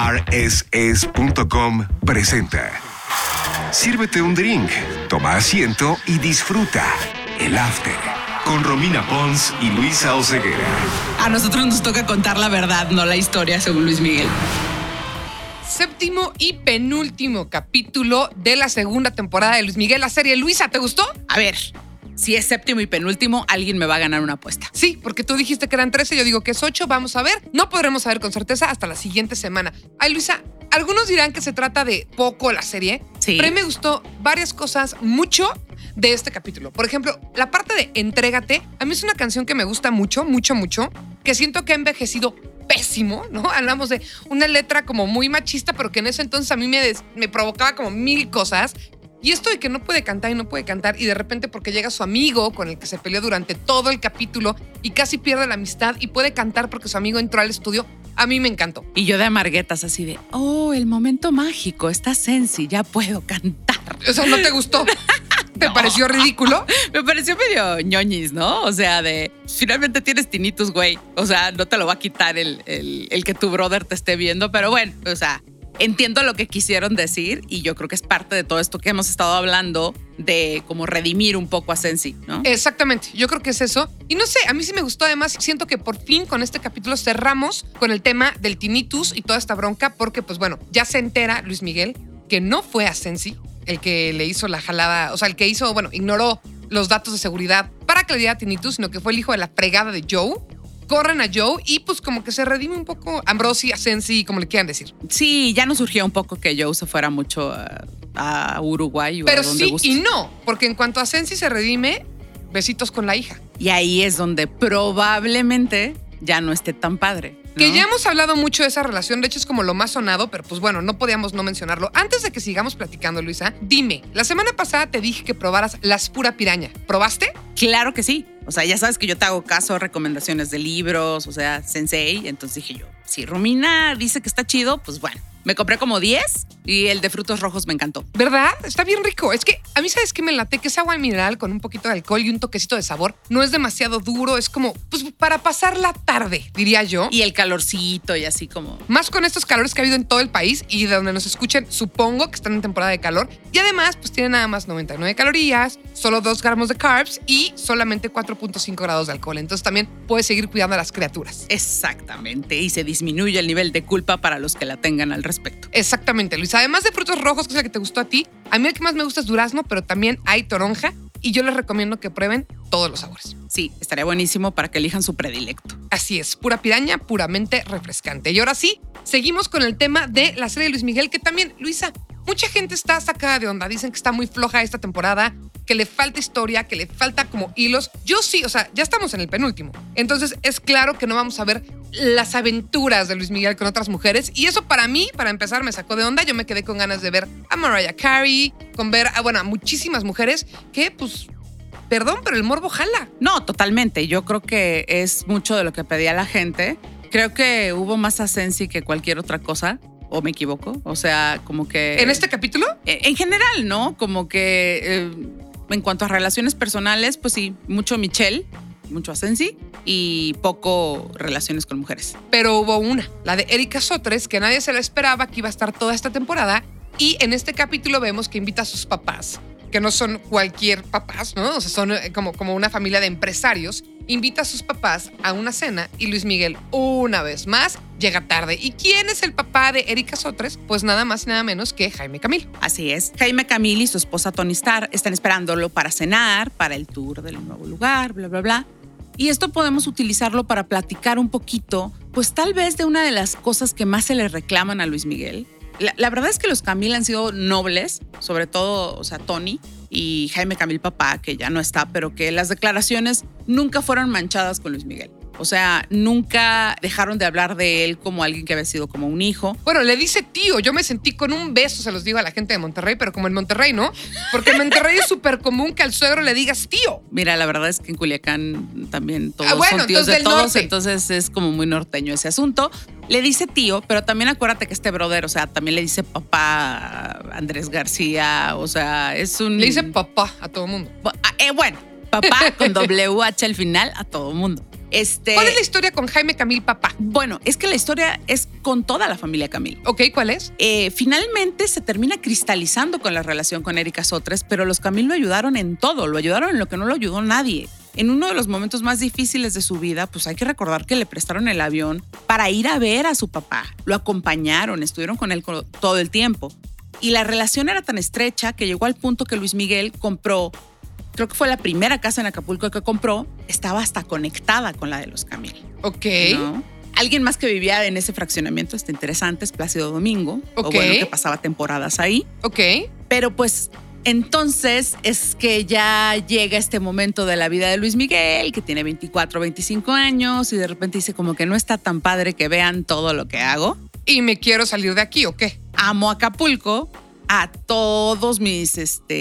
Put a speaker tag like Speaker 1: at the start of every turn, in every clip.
Speaker 1: rss.com presenta. Sírvete un drink, toma asiento y disfruta el After con Romina Pons y Luisa Oseguera.
Speaker 2: A nosotros nos toca contar la verdad, no la historia, según Luis Miguel.
Speaker 3: Séptimo y penúltimo capítulo de la segunda temporada de Luis Miguel, la serie. Luisa, ¿te gustó?
Speaker 2: A ver, si es séptimo y penúltimo, alguien me va a ganar una apuesta.
Speaker 3: Sí, porque tú dijiste que eran 13, yo digo que es 8, vamos a ver. No podremos saber con certeza hasta la siguiente semana. Ay, Luisa, algunos dirán que se trata de poco la serie,
Speaker 2: sí,
Speaker 3: pero a mí me gustó varias cosas mucho de este capítulo. Por ejemplo, la parte de Entrégate, a mí es una canción que me gusta mucho, que siento que ha envejecido pésimo, ¿no? Hablamos de una letra como muy machista, pero que en ese entonces a mí me provocaba como mil cosas. Y esto de que no puede cantar y de repente porque llega su amigo con el que se peleó durante todo el capítulo y casi pierde la amistad y puede cantar porque su amigo entró al estudio, a mí me encantó.
Speaker 2: Y yo de amarguetas así de, el momento mágico, está Sensi, ya puedo cantar.
Speaker 3: ¿Eso no te gustó? ¿Te
Speaker 2: No.
Speaker 3: pareció ridículo?
Speaker 2: Me pareció medio ñoñis, ¿no? O sea, finalmente tienes tinnitus, güey. O sea, no te lo va a quitar el que tu brother te esté viendo, pero bueno, o sea, entiendo lo que quisieron decir y yo creo que es parte de todo esto que hemos estado hablando de como redimir un poco a Sensi, ¿no?
Speaker 3: Exactamente, yo creo que es eso. Y no sé, a mí sí me gustó, además siento que por fin con este capítulo cerramos con el tema del tinnitus y toda esta bronca porque pues bueno, ya se entera Luis Miguel que no fue a Sensi el que le hizo la jalada, o sea, el que hizo, bueno, ignoró los datos de seguridad para que le diera tinnitus, sino que fue el hijo de la fregada de Joe. Corren a Joe y pues como que se redime un poco Ambrosi, a Sensi, como le quieran decir.
Speaker 2: Sí, ya nos surgió un poco que Joe se fuera mucho a Uruguay o
Speaker 3: pero
Speaker 2: a donde
Speaker 3: sí
Speaker 2: guste.
Speaker 3: y no, porque en cuanto a Sensi se redime, besitos con la hija.
Speaker 2: Y ahí es donde probablemente ya no esté tan padre, ¿no?
Speaker 3: Que ya hemos hablado mucho de esa relación, de hecho es como lo más sonado, pero pues bueno, no podíamos no mencionarlo. Antes de que sigamos platicando, Luisa, dime, la semana pasada te dije que probaras las pura piraña. ¿Probaste?
Speaker 2: Claro que sí. O sea, ya sabes que yo te hago caso, recomendaciones de libros, o sea, Sensei. Entonces dije yo, si Romina dice que está chido, pues bueno. Me compré como 10 y el de frutos rojos me encantó.
Speaker 3: ¿Verdad? Está bien rico. Es que a mí, ¿sabes qué me late? Que es agua mineral con un poquito de alcohol y un toquecito de sabor. No es demasiado duro, es como, pues, para pasar la tarde, diría yo.
Speaker 2: Y el calorcito y así como...
Speaker 3: Más con estos calores que ha habido en todo el país y de donde nos escuchen, supongo que están en temporada de calor. Y además, pues tiene nada más 99 calorías, solo 2 gramos de carbs y solamente 4.5 grados de alcohol. Entonces también puedes seguir cuidando a las criaturas.
Speaker 2: Exactamente. Y se disminuye el nivel de culpa para los que la tengan al respecto.
Speaker 3: Exactamente, Luis. Además de frutos rojos, que es la que te gustó a ti, a mí el que más me gusta es durazno, pero también hay toronja y yo les recomiendo que prueben todos los sabores.
Speaker 2: Sí, estaría buenísimo para que elijan su predilecto.
Speaker 3: Así es, pura piraña, puramente refrescante. Y ahora sí, seguimos con el tema de la serie de Luis Miguel, que también, Luisa, mucha gente está sacada de onda. Dicen que está muy floja esta temporada, que le falta historia, que le falta como hilos. Yo sí, o sea, ya estamos en el penúltimo. Entonces es claro que no vamos a ver las aventuras de Luis Miguel con otras mujeres. Y eso para mí, para empezar, me sacó de onda. Yo me quedé con ganas de ver a Mariah Carey, con ver a muchísimas mujeres que, pues, perdón, pero el morbo jala.
Speaker 2: No, totalmente. Yo creo que es mucho de lo que pedía la gente. Creo que hubo más Sensi que cualquier otra cosa. ¿O me equivoco? O sea, como que...
Speaker 3: ¿En este capítulo?
Speaker 2: En general, ¿no? Como que en cuanto a relaciones personales, pues sí, mucho Michelle, mucho Sensi y poco relaciones con mujeres.
Speaker 3: Pero hubo una, la de Erika Sotres, que nadie se la esperaba que iba a estar toda esta temporada. Y en este capítulo vemos que invita a sus papás, que no son cualquier papás, ¿no? O sea, son como una familia de empresarios. Invita a sus papás a una cena y Luis Miguel, una vez más, llega tarde. ¿Y quién es el papá de Erika Sotres? Pues nada más y nada menos que Jaime Camil.
Speaker 2: Así es. Jaime Camil y su esposa Tony Starr están esperándolo para cenar, para el tour del nuevo lugar, bla, bla, bla. Y esto podemos utilizarlo para platicar un poquito, pues tal vez de una de las cosas que más se le reclaman a Luis Miguel. La verdad es que los Camil han sido nobles, sobre todo, o sea, Tony y Jaime Camil papá, que ya no está, pero que las declaraciones nunca fueron manchadas con Luis Miguel. O sea, nunca dejaron de hablar de él como alguien que había sido como un hijo.
Speaker 3: Bueno, le dice tío. Yo me sentí con un beso, se los digo a la gente de Monterrey, pero como en Monterrey, ¿no? Porque en Monterrey es súper común que al suegro le digas tío.
Speaker 2: Mira, la verdad es que en Culiacán también todos
Speaker 3: bueno,
Speaker 2: son tíos de
Speaker 3: entonces del
Speaker 2: todos,
Speaker 3: norte.
Speaker 2: entonces es como muy norteño ese asunto. Le dice tío, pero también acuérdate que este brother, o sea, también le dice papá a Andrés García, o sea, es un...
Speaker 3: Le dice papá a todo mundo.
Speaker 2: Bueno, papá con WH al final a todo mundo.
Speaker 3: ¿Cuál es la historia con Jaime Camil, papá?
Speaker 2: Bueno, es que la historia es con toda la familia Camil.
Speaker 3: Ok, ¿cuál es?
Speaker 2: Finalmente se termina cristalizando con la relación con Erika Sotres, pero los Camil lo ayudaron en todo, lo ayudaron en lo que no lo ayudó nadie. En uno de los momentos más difíciles de su vida, pues hay que recordar que le prestaron el avión para ir a ver a su papá. Lo acompañaron, estuvieron con él todo el tiempo. Y la relación era tan estrecha que llegó al punto que Luis Miguel compró, creo que fue la primera casa en Acapulco que compró, estaba hasta conectada con la de los Camil.
Speaker 3: Ok.
Speaker 2: ¿No? Alguien más que vivía en ese fraccionamiento, interesante, es Plácido Domingo.
Speaker 3: Ok.
Speaker 2: O bueno, que pasaba temporadas ahí.
Speaker 3: Ok.
Speaker 2: Pero pues entonces es que ya llega este momento de la vida de Luis Miguel, que tiene 24, 25 años y de repente dice como que no está tan padre que vean todo lo que hago.
Speaker 3: ¿Y me quiero salir de aquí o qué?
Speaker 2: Amo Acapulco. A todos mis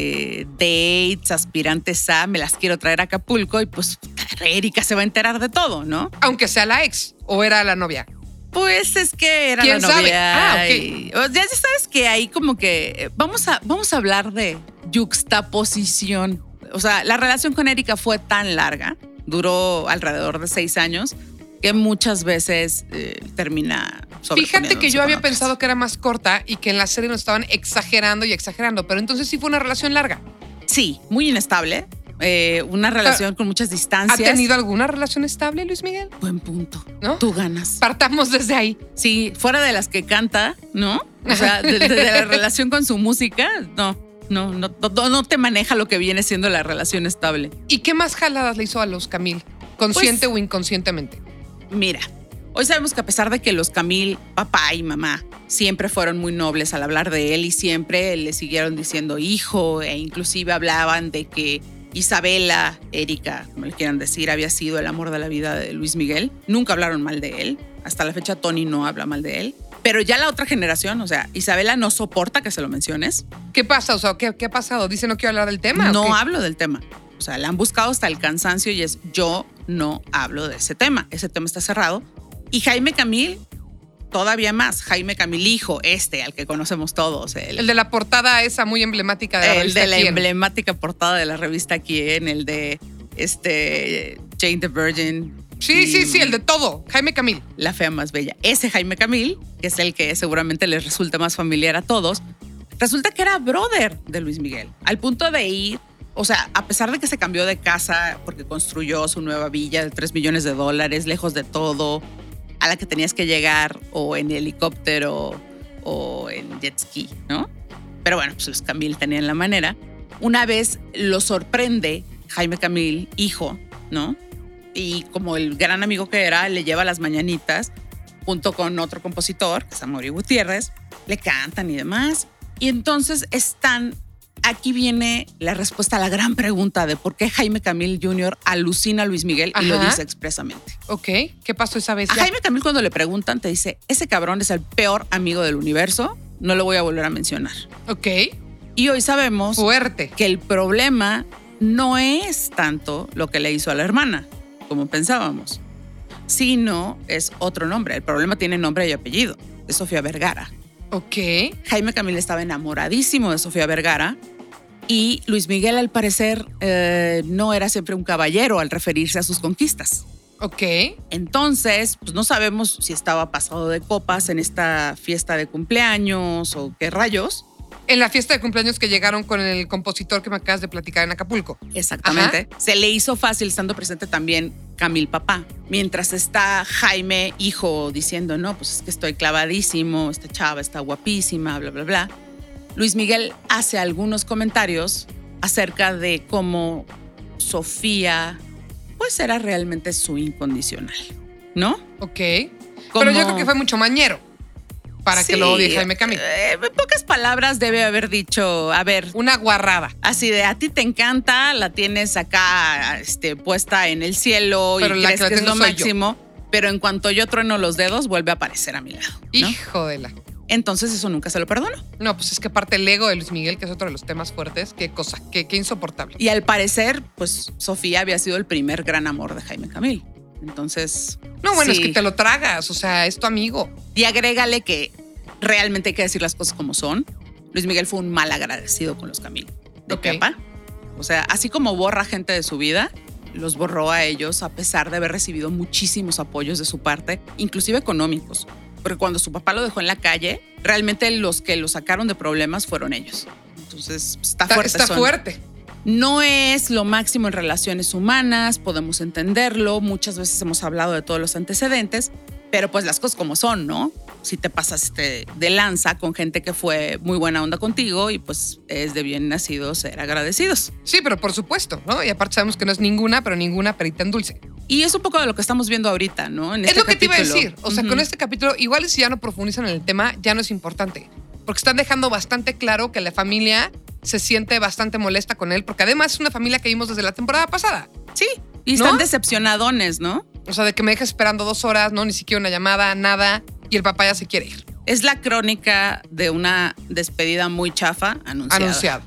Speaker 2: dates, aspirantes a, me las quiero traer a Acapulco y pues Erika se va a enterar de todo, ¿no?
Speaker 3: Aunque sea la ex o era la novia.
Speaker 2: Pues es que era
Speaker 3: ¿Quién
Speaker 2: la novia.
Speaker 3: sabe? Ah, ok.
Speaker 2: Ya sabes que ahí como que vamos a hablar de yuxtaposición. O sea, la relación con Erika fue tan larga, duró alrededor de 6 años, que muchas veces termina
Speaker 3: Fíjate que yo había
Speaker 2: otras.
Speaker 3: pensado que era más corta y que en la serie nos estaban exagerando y exagerando, pero entonces sí fue una relación larga.
Speaker 2: Sí, muy inestable. Una relación con muchas
Speaker 3: ¿Ha
Speaker 2: distancias.
Speaker 3: tenido alguna relación estable, Luis Miguel?
Speaker 2: Buen punto.
Speaker 3: ¿No?
Speaker 2: Tú ganas.
Speaker 3: Partamos desde ahí.
Speaker 2: Sí, fuera de las que canta, ¿no? O sea, de la relación con su música, no te maneja lo que viene siendo la relación estable.
Speaker 3: ¿Y qué más jaladas le hizo a los Camil? ¿Consciente o inconscientemente?
Speaker 2: Mira, hoy sabemos que a pesar de que los Camil, papá y mamá, siempre fueron muy nobles al hablar de él y siempre le siguieron diciendo hijo e inclusive hablaban de que Isabela, Erika, como le quieran decir, había sido el amor de la vida de Luis Miguel. Nunca hablaron mal de él. Hasta la fecha Tony no habla mal de él. Pero ya la otra generación, o sea, Isabela no soporta que se lo menciones.
Speaker 3: ¿Qué pasa? O sea, ¿qué ha pasado? ¿Dice no quiero hablar del tema?
Speaker 2: No
Speaker 3: ¿o qué?
Speaker 2: hablo del tema. O sea, la han buscado hasta el cansancio y es yo no hablo de ese tema. Ese tema está cerrado. Y Jaime Camil, todavía más. Jaime Camil, hijo, al que conocemos todos.
Speaker 3: El de la portada esa muy emblemática de la
Speaker 2: El
Speaker 3: revista
Speaker 2: de la
Speaker 3: Quién.
Speaker 2: emblemática portada de la revista Quién, el de Jane the Virgin.
Speaker 3: Sí, el de todo. Jaime Camil.
Speaker 2: La fea más bella. Ese Jaime Camil, que es el que seguramente les resulta más familiar a todos, resulta que era brother de Luis Miguel. Al punto de ir, o sea, a pesar de que se cambió de casa porque construyó su nueva villa de $3 millones, lejos de todo, a la que tenías que llegar o en helicóptero o en jet ski, ¿no? Pero bueno, pues los Camil tenían la manera. Una vez lo sorprende Jaime Camil, hijo, ¿no? Y como el gran amigo que era, le lleva las mañanitas junto con otro compositor, que es Amaury Gutiérrez, le cantan y demás. Y entonces aquí viene la respuesta a la gran pregunta de por qué Jaime Camil Jr. alucina a Luis Miguel y lo
Speaker 3: Ajá.
Speaker 2: dice expresamente.
Speaker 3: Ok. ¿Qué pasó esa vez?
Speaker 2: A
Speaker 3: ya?
Speaker 2: Jaime Camil cuando le preguntan te dice, ese cabrón es el peor amigo del universo, no lo voy a volver a mencionar.
Speaker 3: Ok.
Speaker 2: Y hoy sabemos
Speaker 3: Fuerte.
Speaker 2: que el problema no es tanto lo que le hizo a la hermana, como pensábamos, sino es otro nombre. El problema tiene nombre y apellido, es Sofía Vergara.
Speaker 3: Ok.
Speaker 2: Jaime Camil estaba enamoradísimo de Sofía Vergara y Luis Miguel, al parecer, no era siempre un caballero al referirse a sus conquistas.
Speaker 3: Ok.
Speaker 2: Entonces, pues no sabemos si estaba pasado de copas en esta fiesta de cumpleaños o qué rayos.
Speaker 3: En la fiesta de cumpleaños que llegaron con el compositor que me acabas de platicar en Acapulco.
Speaker 2: Exactamente. Se le hizo fácil estando presente también Camil papá. Mientras está Jaime hijo diciendo, no, pues es que estoy clavadísimo, esta chava está guapísima, bla, bla, bla. Luis Miguel hace algunos comentarios acerca de cómo Sofía pues era realmente su incondicional, ¿no?
Speaker 3: Ok.
Speaker 2: Como-
Speaker 3: Pero yo creo que fue mucho mañero para que lo odie Jaime Camil.
Speaker 2: En pocas palabras debe haber dicho, a ver,
Speaker 3: Una guarrada.
Speaker 2: así de a ti te encanta, la tienes acá puesta en el cielo
Speaker 3: Pero
Speaker 2: y
Speaker 3: la
Speaker 2: crees
Speaker 3: que la
Speaker 2: que es
Speaker 3: tengo
Speaker 2: lo
Speaker 3: soy yo.
Speaker 2: máximo, pero en cuanto yo trueno los dedos, vuelve a aparecer a mi lado, ¿no?
Speaker 3: Hijo de la.
Speaker 2: Entonces eso nunca se lo perdono.
Speaker 3: No, pues es que aparte el ego de Luis Miguel, que es otro de los temas fuertes, qué cosa, qué insoportable.
Speaker 2: Y al parecer, pues Sofía había sido el primer gran amor de Jaime Camil. Entonces,
Speaker 3: No, bueno,
Speaker 2: sí.
Speaker 3: es que te lo tragas, o sea, es tu amigo.
Speaker 2: Y agrégale que realmente hay que decir las cosas como son. Luis Miguel fue un mal agradecido con los Camil de
Speaker 3: Ok.
Speaker 2: Pepa. O sea, así como borra gente de su vida, los borró a ellos a pesar de haber recibido muchísimos apoyos de su parte, inclusive económicos. Porque cuando su papá lo dejó en la calle, realmente los que lo sacaron de problemas fueron ellos. Entonces, está fuerte.
Speaker 3: Está fuerte.
Speaker 2: No es lo máximo en relaciones humanas, podemos entenderlo. Muchas veces hemos hablado de todos los antecedentes, pero pues las cosas como son, ¿no? Si te pasaste de lanza con gente que fue muy buena onda contigo y pues es de bien nacido ser agradecidos.
Speaker 3: Sí, pero por supuesto, ¿no? Y aparte sabemos que no es ninguna perita en dulce.
Speaker 2: Y es un poco de lo que estamos viendo ahorita, ¿no? En
Speaker 3: es
Speaker 2: este
Speaker 3: lo que
Speaker 2: capítulo.
Speaker 3: te iba a decir. O sea, con este capítulo, igual si ya no profundizan en el tema, ya no es importante. Porque están dejando bastante claro que la familia se siente bastante molesta con él, porque además es una familia que vimos desde la temporada pasada.
Speaker 2: Sí, y están decepcionadones, ¿no?
Speaker 3: O sea, de que me dejas esperando 2 horas, ¿no? Ni siquiera una llamada, nada, y el papá ya se quiere ir.
Speaker 2: Es la crónica de una despedida muy chafa anunciada.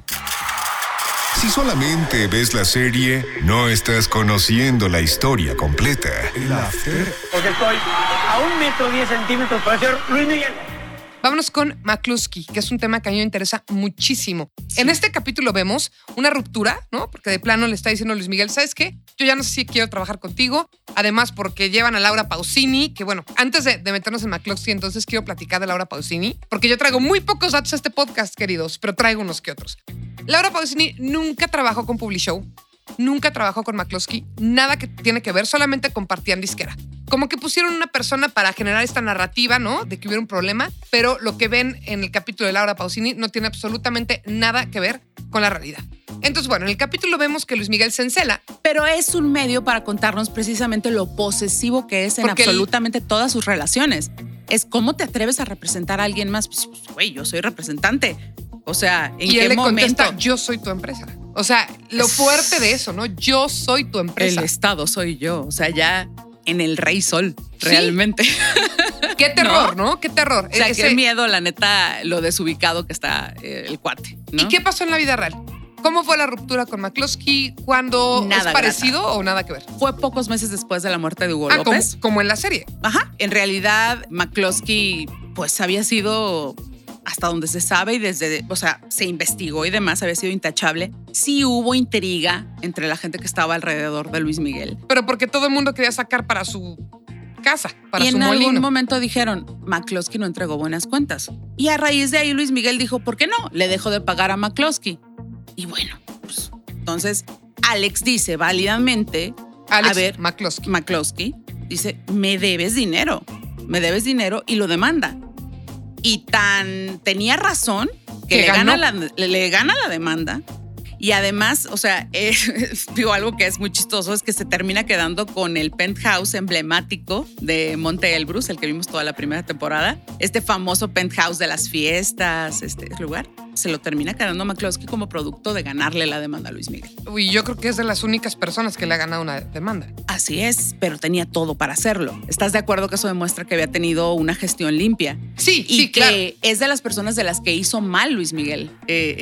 Speaker 1: Si solamente ves la serie, no estás conociendo la historia completa. El After.
Speaker 4: Porque estoy a 1,10 m para ser Luis Miguel.
Speaker 3: Vámonos con McCluskey, que es un tema que a mí me interesa muchísimo. Sí. En este capítulo vemos una ruptura, ¿no? Porque de plano le está diciendo a Luis Miguel, ¿sabes qué? Yo ya no sé si quiero trabajar contigo. Además, porque llevan a Laura Pausini, que bueno, antes de meternos en McCluskey, entonces quiero platicar de Laura Pausini, porque yo traigo muy pocos datos a este podcast, queridos, pero traigo unos que otros. Laura Pausini nunca trabajó con Publishow, nunca trabajó con McCluskey, nada que tiene que ver, solamente compartían disquera. Como que pusieron una persona para generar esta narrativa, ¿no? De que hubiera un problema, pero lo que ven en el capítulo de Laura Pausini no tiene absolutamente nada que ver con la realidad. Entonces, bueno, en el capítulo vemos que Luis Miguel se encela.
Speaker 2: Pero es un medio para contarnos precisamente lo posesivo que es en absolutamente todas sus relaciones. Es cómo te atreves a representar a alguien más. Pues, güey, yo soy representante. O sea, ¿en qué momento?
Speaker 3: Y él le contesta, yo soy tu empresa. O sea, lo fuerte de eso, ¿no? Yo soy tu empresa.
Speaker 2: El Estado soy yo. O sea, ya en el Rey Sol, realmente.
Speaker 3: Sí. Qué terror, ¿no? Qué terror.
Speaker 2: O sea, qué miedo, la neta, lo desubicado que está el cuate, ¿no?
Speaker 3: ¿Y qué pasó en la vida real? ¿Cómo fue la ruptura con McCluskey? ¿Cuándo es parecido o nada que ver?
Speaker 2: Fue pocos meses después de la muerte de Hugo López.
Speaker 3: Como en la serie.
Speaker 2: Ajá. En realidad, McCluskey, pues había sido, hasta donde se sabe y desde, o sea, se investigó y demás, había sido intachable. Sí hubo intriga entre la gente que estaba alrededor de Luis Miguel.
Speaker 3: Pero porque todo el mundo quería sacar para su casa, para su molino.
Speaker 2: Y en algún momento dijeron, McCluskey no entregó buenas cuentas. Y a raíz de ahí Luis Miguel dijo, ¿por qué no? Le dejó de pagar a McCluskey. Y bueno, pues entonces Alex dice válidamente,
Speaker 3: Alex,
Speaker 2: a ver, McCluskey dice, me debes dinero y lo demanda. Y tan tenía razón que le gana la demanda. Y además, o sea, digo, algo que es muy chistoso es que se termina quedando con el penthouse emblemático de Monte Elbrus, el que vimos toda la primera temporada. Este famoso penthouse de las fiestas, este lugar. Se lo termina quedando McCluskey como producto de ganarle la demanda a Luis Miguel.
Speaker 3: Uy, yo creo que es de las únicas personas que le ha ganado una demanda.
Speaker 2: Así es, pero tenía todo para hacerlo. ¿Estás de acuerdo que eso demuestra que había tenido una gestión limpia?
Speaker 3: Sí,
Speaker 2: y
Speaker 3: sí,
Speaker 2: que
Speaker 3: claro.
Speaker 2: Es de las personas de las que hizo mal Luis Miguel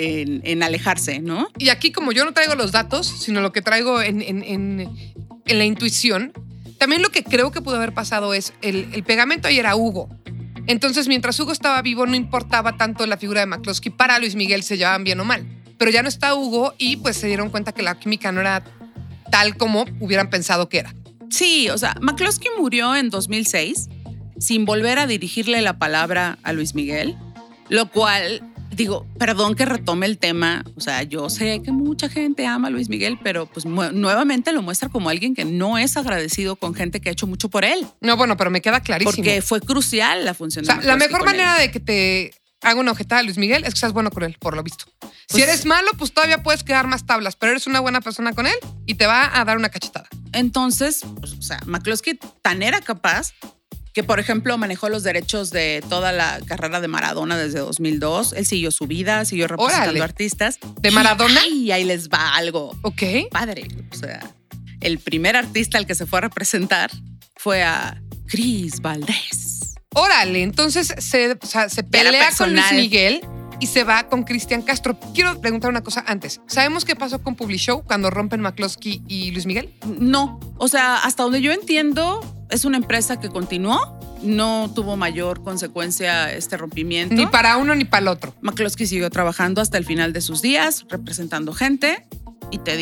Speaker 2: en alejarse, ¿no?
Speaker 3: Y aquí, como yo no traigo los datos, sino lo que traigo en la intuición, también lo que creo que pudo haber pasado es el pegamento ahí era Hugo. Entonces, mientras Hugo estaba vivo, no importaba tanto la figura de McCluskey. Para Luis Miguel se llevaban bien o mal. Pero ya no está Hugo y pues se dieron cuenta que la química no era tal como hubieran pensado que era.
Speaker 2: Sí, o sea, McCluskey murió en 2006 sin volver a dirigirle la palabra a Luis Miguel, lo cual, digo, perdón que retome el tema. O sea, yo sé que mucha gente ama a Luis Miguel, pero pues nuevamente lo muestra como alguien que no es agradecido con gente que ha hecho mucho por él.
Speaker 3: No, bueno, pero me queda clarísimo.
Speaker 2: Porque fue crucial la función de McCluskey.
Speaker 3: La mejor manera de que te haga una ojetada a Luis Miguel es que seas bueno con él, por lo visto. Si eres malo, pues todavía puedes quedar más tablas, pero eres una buena persona con él y te va a dar una cachetada.
Speaker 2: Entonces, pues, o sea, McCluskey tan era capaz que, por ejemplo, manejó los derechos de toda la carrera de Maradona desde 2002. Él siguió su vida, siguió representando artistas.
Speaker 3: ¿De Maradona?
Speaker 2: Y ahí les va algo.
Speaker 3: Ok.
Speaker 2: Padre. O sea, el primer artista al que se fue a representar fue a Cris Valdés.
Speaker 3: Órale, entonces se pelea con Luis Miguel y se va con Cristian Castro. Quiero preguntar una cosa antes. ¿Sabemos qué pasó con Publishow cuando rompen McCluskey y Luis Miguel?
Speaker 2: No. O sea, hasta donde yo entiendo, es una empresa que continuó. No tuvo mayor consecuencia este rompimiento.
Speaker 3: Ni para uno ni para el otro.
Speaker 2: McCluskey siguió trabajando hasta el final de sus días, representando gente. Y te digo,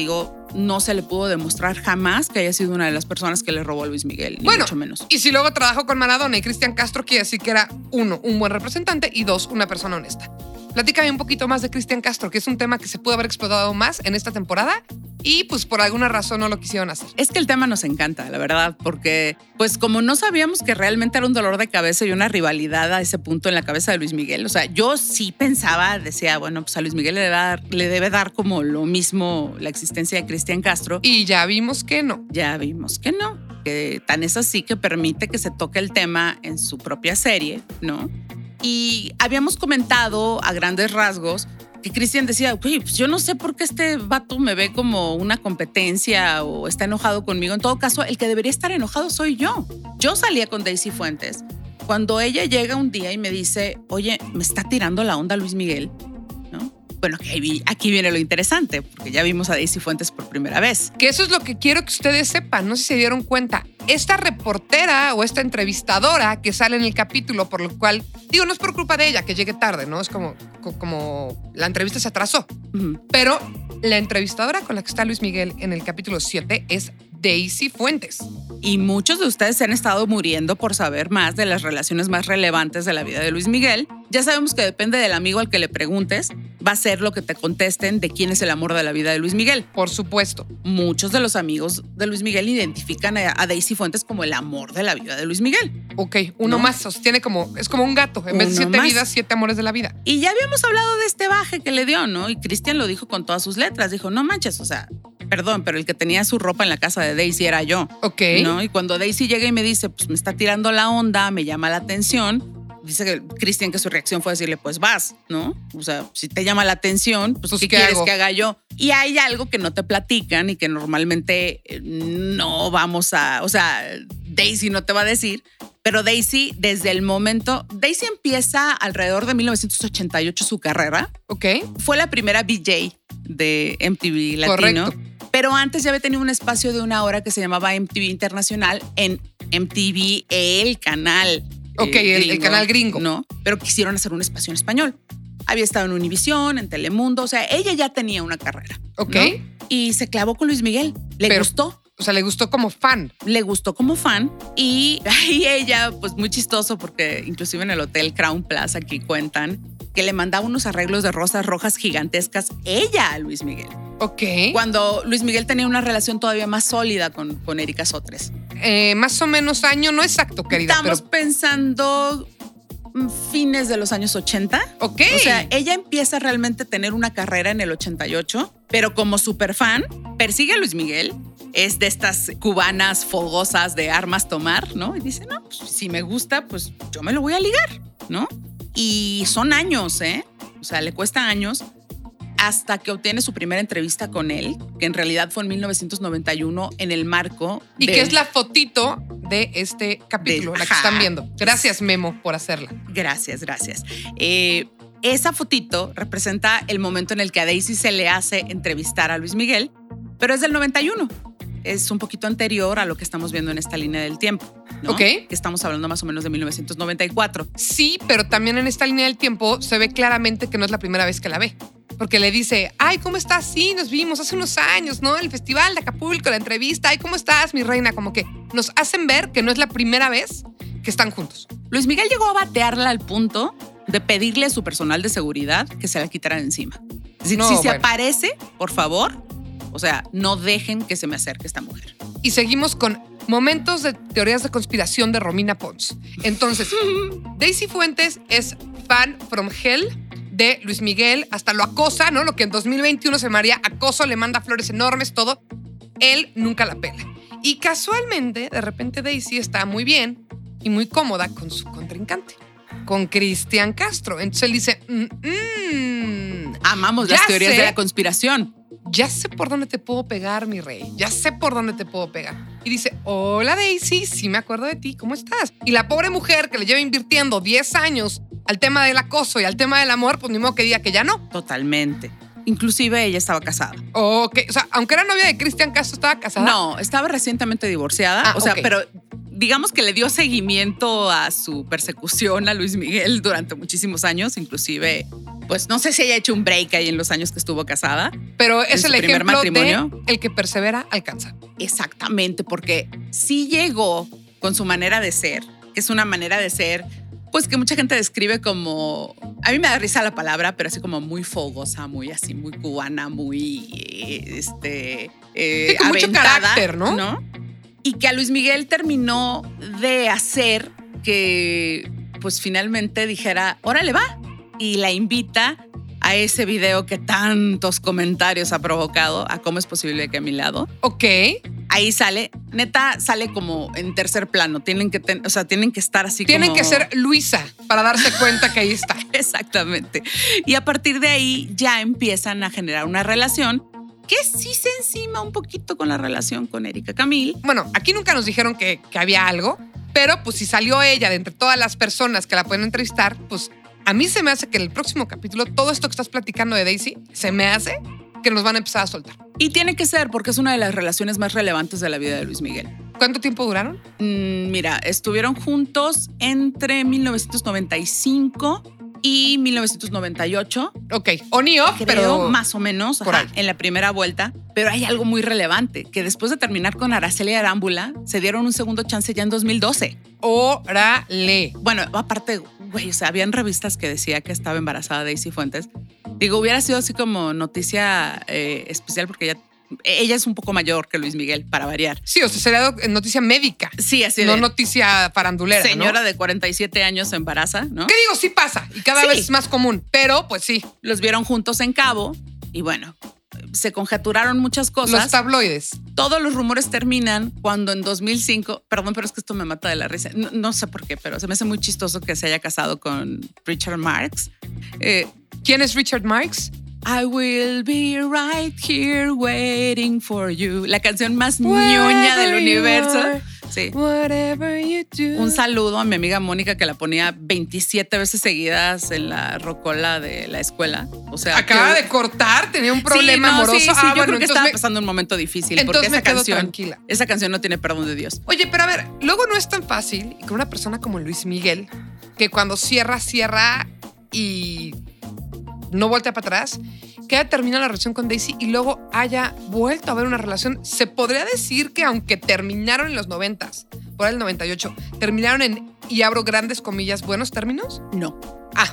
Speaker 2: no se le pudo demostrar jamás que haya sido una de las personas que le robó a Luis Miguel, ni
Speaker 3: Bueno,
Speaker 2: mucho menos.
Speaker 3: y si luego trabajó con Maradona y Cristian Castro, quiere decir que era, 1, un buen representante y 2, una persona honesta. Platícame un poquito más de Cristian Castro, que es un tema que se pudo haber explotado más en esta temporada y pues por alguna razón no lo quisieron hacer.
Speaker 2: Es que el tema nos encanta, la verdad, porque pues como no sabíamos que realmente era un dolor de cabeza y una rivalidad a ese punto en la cabeza de Luis Miguel, o sea, yo sí pensaba, decía, bueno, pues a Luis Miguel le debe dar como lo mismo la existencia de Cristian Castro.
Speaker 3: Y ya vimos que no.
Speaker 2: Ya vimos que no, que tan es así que permite que se toque el tema en su propia serie, ¿no? Y habíamos comentado a grandes rasgos que Cristian decía, oye, pues yo no sé por qué este vato me ve como una competencia o está enojado conmigo. En todo caso, el que debería estar enojado soy yo. Yo salía con Daisy Fuentes. Cuando ella llega un día y me dice, oye, me está tirando la onda Luis Miguel, ¿no? Bueno, aquí viene lo interesante, porque ya vimos a Daisy Fuentes por primera vez.
Speaker 3: Que eso es lo que quiero que ustedes sepan, no sé si se dieron cuenta. Esta reportera o esta entrevistadora que sale en el capítulo, por lo cual, digo, no es por culpa de ella que llegue tarde, ¿no? Es como la entrevista se atrasó.
Speaker 2: Ujú.
Speaker 3: Pero la entrevistadora con la que está Luis Miguel en el capítulo 7 es Daisy Fuentes.
Speaker 2: Y muchos de ustedes se han estado muriendo por saber más de las relaciones más relevantes de la vida de Luis Miguel. Ya sabemos que depende del amigo al que le preguntes, va a ser lo que te contesten de quién es el amor de la vida de Luis Miguel.
Speaker 3: Por supuesto.
Speaker 2: Muchos de los amigos de Luis Miguel identifican a Daisy Fuentes como el amor de la vida de Luis Miguel.
Speaker 3: Ok, uno
Speaker 2: ¿No?
Speaker 3: más, sostiene es como un gato. En vez de
Speaker 2: Uno
Speaker 3: 7
Speaker 2: más.
Speaker 3: vidas, 7 amores de la vida.
Speaker 2: Y ya habíamos hablado de este baje que le dio, ¿no? Y Cristian lo dijo con todas sus letras. Dijo, no manches, o sea, perdón, pero el que tenía su ropa en la casa de Daisy era yo.
Speaker 3: Ok.
Speaker 2: ¿No? Y cuando Daisy llega y me dice, pues me está tirando la onda, me llama la atención, dice que Cristian que su reacción fue decirle, pues vas, ¿no? O sea, si te llama la atención, pues ¿qué
Speaker 3: ¿qué
Speaker 2: quieres
Speaker 3: hago?
Speaker 2: que haga yo? Y hay algo que no te platican y que normalmente no vamos a, o sea, Daisy no te va a decir, pero Daisy desde el momento, Daisy empieza alrededor de 1988 su carrera.
Speaker 3: Ok.
Speaker 2: Fue la primera VJ de MTV Latino.
Speaker 3: Correcto.
Speaker 2: Pero antes ya había tenido un espacio de 1 hora que se llamaba MTV Internacional en MTV, el canal.
Speaker 3: Ok, el canal gringo.
Speaker 2: ¿No? Pero quisieron hacer un espacio en español. Había estado en Univisión, en Telemundo, o sea, ella ya tenía una carrera.
Speaker 3: Ok.
Speaker 2: ¿no? Y se clavó con Luis Miguel. Le gustó.
Speaker 3: O sea, le gustó como fan.
Speaker 2: Le gustó como fan y ahí ella, pues muy chistoso porque inclusive en el Hotel Crown Plaza aquí cuentan que le mandaba unos arreglos de rosas rojas gigantescas ella a Luis Miguel.
Speaker 3: Ok.
Speaker 2: Cuando Luis Miguel tenía una relación todavía más sólida con Erika Sotres.
Speaker 3: Más o menos año, no exacto, querida.
Speaker 2: Estamos
Speaker 3: pero...
Speaker 2: pensando fines de los años 80.
Speaker 3: Ok.
Speaker 2: O sea, ella empieza realmente a tener una carrera en el 88, pero como super fan, persigue a Luis Miguel. Es de estas cubanas fogosas de armas tomar, ¿no? Y dice, no, pues si me gusta, pues yo me lo voy a ligar, ¿no? Y son años, ¿eh? O sea, le cuesta años hasta que obtiene su primera entrevista con él, que en realidad fue en 1991 en el marco
Speaker 3: Y que es la fotito de este capítulo, la que
Speaker 2: Ajá.
Speaker 3: están viendo. Gracias, Memo, por hacerla.
Speaker 2: Gracias. Esa fotito representa el momento en el que a Daisy se le hace entrevistar a Luis Miguel, pero es del 91. Es un poquito anterior a lo que estamos viendo en esta línea del tiempo, ¿no?
Speaker 3: Ok.
Speaker 2: Que estamos hablando más o menos de 1994.
Speaker 3: Sí, pero también en esta línea del tiempo se ve claramente que no es la primera vez que la ve. Porque le dice, ay, ¿cómo estás? Sí, nos vimos hace unos años, ¿no? El festival de Acapulco, la entrevista. Ay, ¿cómo estás, mi reina? Como que nos hacen ver que no es la primera vez que están juntos.
Speaker 2: Luis Miguel llegó a batearla al punto de pedirle a su personal de seguridad que se la quitaran encima. Es decir,
Speaker 3: No,
Speaker 2: si se
Speaker 3: bueno.
Speaker 2: aparece, por favor, o sea, no dejen que se me acerque esta mujer.
Speaker 3: Y seguimos con momentos de teorías de conspiración de Romina Pons. Entonces, Daisy Fuentes es fan from hell de Luis Miguel, hasta lo acosa, ¿no? Lo que en 2021 se llamaría acoso, le manda flores enormes, todo. Él nunca la pela. Y casualmente, de repente Daisy está muy bien y muy cómoda con su contrincante, con Cristian Castro. Entonces él dice,
Speaker 2: Amamos
Speaker 3: Ya
Speaker 2: las teorías
Speaker 3: sé.
Speaker 2: de la conspiración.
Speaker 3: ya sé por dónde te puedo pegar, mi rey. Ya sé por dónde te puedo pegar. Y dice, hola Daisy, sí me acuerdo de ti, ¿cómo estás? Y la pobre mujer que le lleva invirtiendo 10 años al tema del acoso y al tema del amor, pues ni modo que diga que ya no.
Speaker 2: Totalmente. Inclusive ella estaba casada.
Speaker 3: Ok, o sea, aunque era novia de Cristian Castro, estaba casada.
Speaker 2: No, estaba recientemente divorciada.
Speaker 3: Ah,
Speaker 2: o sea,
Speaker 3: ok.
Speaker 2: pero digamos que le dio seguimiento a su persecución a Luis Miguel durante muchísimos años, inclusive, pues no sé si haya hecho un break ahí en los años que estuvo casada.
Speaker 3: Pero es
Speaker 2: su
Speaker 3: el
Speaker 2: primer
Speaker 3: ejemplo
Speaker 2: matrimonio.
Speaker 3: de el que persevera alcanza.
Speaker 2: Exactamente, porque sí llegó con su manera de ser, que es una manera de ser, pues que mucha gente describe como, a mí me da risa la palabra, pero así como muy fogosa, muy así, muy cubana, muy,
Speaker 3: con mucho
Speaker 2: aventada,
Speaker 3: carácter, ¿no?
Speaker 2: Y que a Luis Miguel terminó de hacer que, pues finalmente dijera, órale va, y la invita a ese video que tantos comentarios ha provocado, a cómo es posible que a mi lado.
Speaker 3: Ok.
Speaker 2: Ahí sale, neta, sale como en tercer plano. Tienen que estar así
Speaker 3: Tienen
Speaker 2: como...
Speaker 3: que ser Luisa para darse cuenta que ahí está.
Speaker 2: Exactamente. Y a partir de ahí ya empiezan a generar una relación que sí se encima un poquito con la relación con Erika Camil.
Speaker 3: Bueno, aquí nunca nos dijeron que había algo, pero pues si salió ella de entre todas las personas que la pueden entrevistar, pues a mí se me hace que en el próximo capítulo todo esto que estás platicando de Daisy, se me hace que nos van a empezar a soltar.
Speaker 2: Y tiene que ser porque es una de las relaciones más relevantes de la vida de Luis Miguel.
Speaker 3: ¿Cuánto tiempo duraron?
Speaker 2: Mira, estuvieron juntos entre 1995 y 1998.
Speaker 3: Ok, on y off,
Speaker 2: Creo,
Speaker 3: pero
Speaker 2: más o menos,
Speaker 3: por ahí.
Speaker 2: en la primera vuelta. Pero hay algo muy relevante, que después de terminar con Araceli Arámbula, se dieron un segundo chance ya en 2012.
Speaker 3: órale.
Speaker 2: Bueno, aparte, güey, o sea, habían revistas que decía que estaba embarazada Daisy Fuentes. Digo, hubiera sido así como noticia especial porque ella es un poco mayor que Luis Miguel, para variar.
Speaker 3: Sí, o sea, sería noticia médica.
Speaker 2: Sí, así
Speaker 3: no
Speaker 2: de
Speaker 3: noticia farandulera,
Speaker 2: señora
Speaker 3: ¿no?
Speaker 2: de 47 años se embaraza, ¿no?
Speaker 3: ¿Qué digo? Sí pasa y cada
Speaker 2: Sí.
Speaker 3: vez es más común, pero pues sí.
Speaker 2: Los vieron juntos en Cabo y bueno, se conjeturaron muchas cosas.
Speaker 3: Los tabloides.
Speaker 2: Todos los rumores terminan cuando en 2005, perdón, pero es que esto me mata de la risa. No sé por qué, pero se me hace muy chistoso que se haya casado con Richard Marx.
Speaker 3: ¿Quién es Richard Marx?
Speaker 2: I will be right here waiting for you. La canción más ñoña del universo. Sí.
Speaker 3: Whatever you do.
Speaker 2: Un saludo a mi amiga Mónica que la ponía 27 veces seguidas en la rocola de la escuela. O sea,
Speaker 3: Acaba de cortar, tenía un problema amoroso.
Speaker 2: Sí,
Speaker 3: Ah,
Speaker 2: yo
Speaker 3: bueno,
Speaker 2: creo que
Speaker 3: entonces
Speaker 2: estaba pasando un momento difícil porque
Speaker 3: entonces me quedo
Speaker 2: canción,
Speaker 3: tranquila.
Speaker 2: esa canción no tiene perdón de Dios.
Speaker 3: Oye, pero a ver, luego no es tan fácil con una persona como Luis Miguel, que cuando cierra y no voltea para atrás, que haya terminado la relación con Daisy y luego haya vuelto a ver una relación. Se podría decir que aunque terminaron en los 90s, por el 98, terminaron en, y abro grandes comillas, buenos términos.
Speaker 2: No.
Speaker 3: Ah,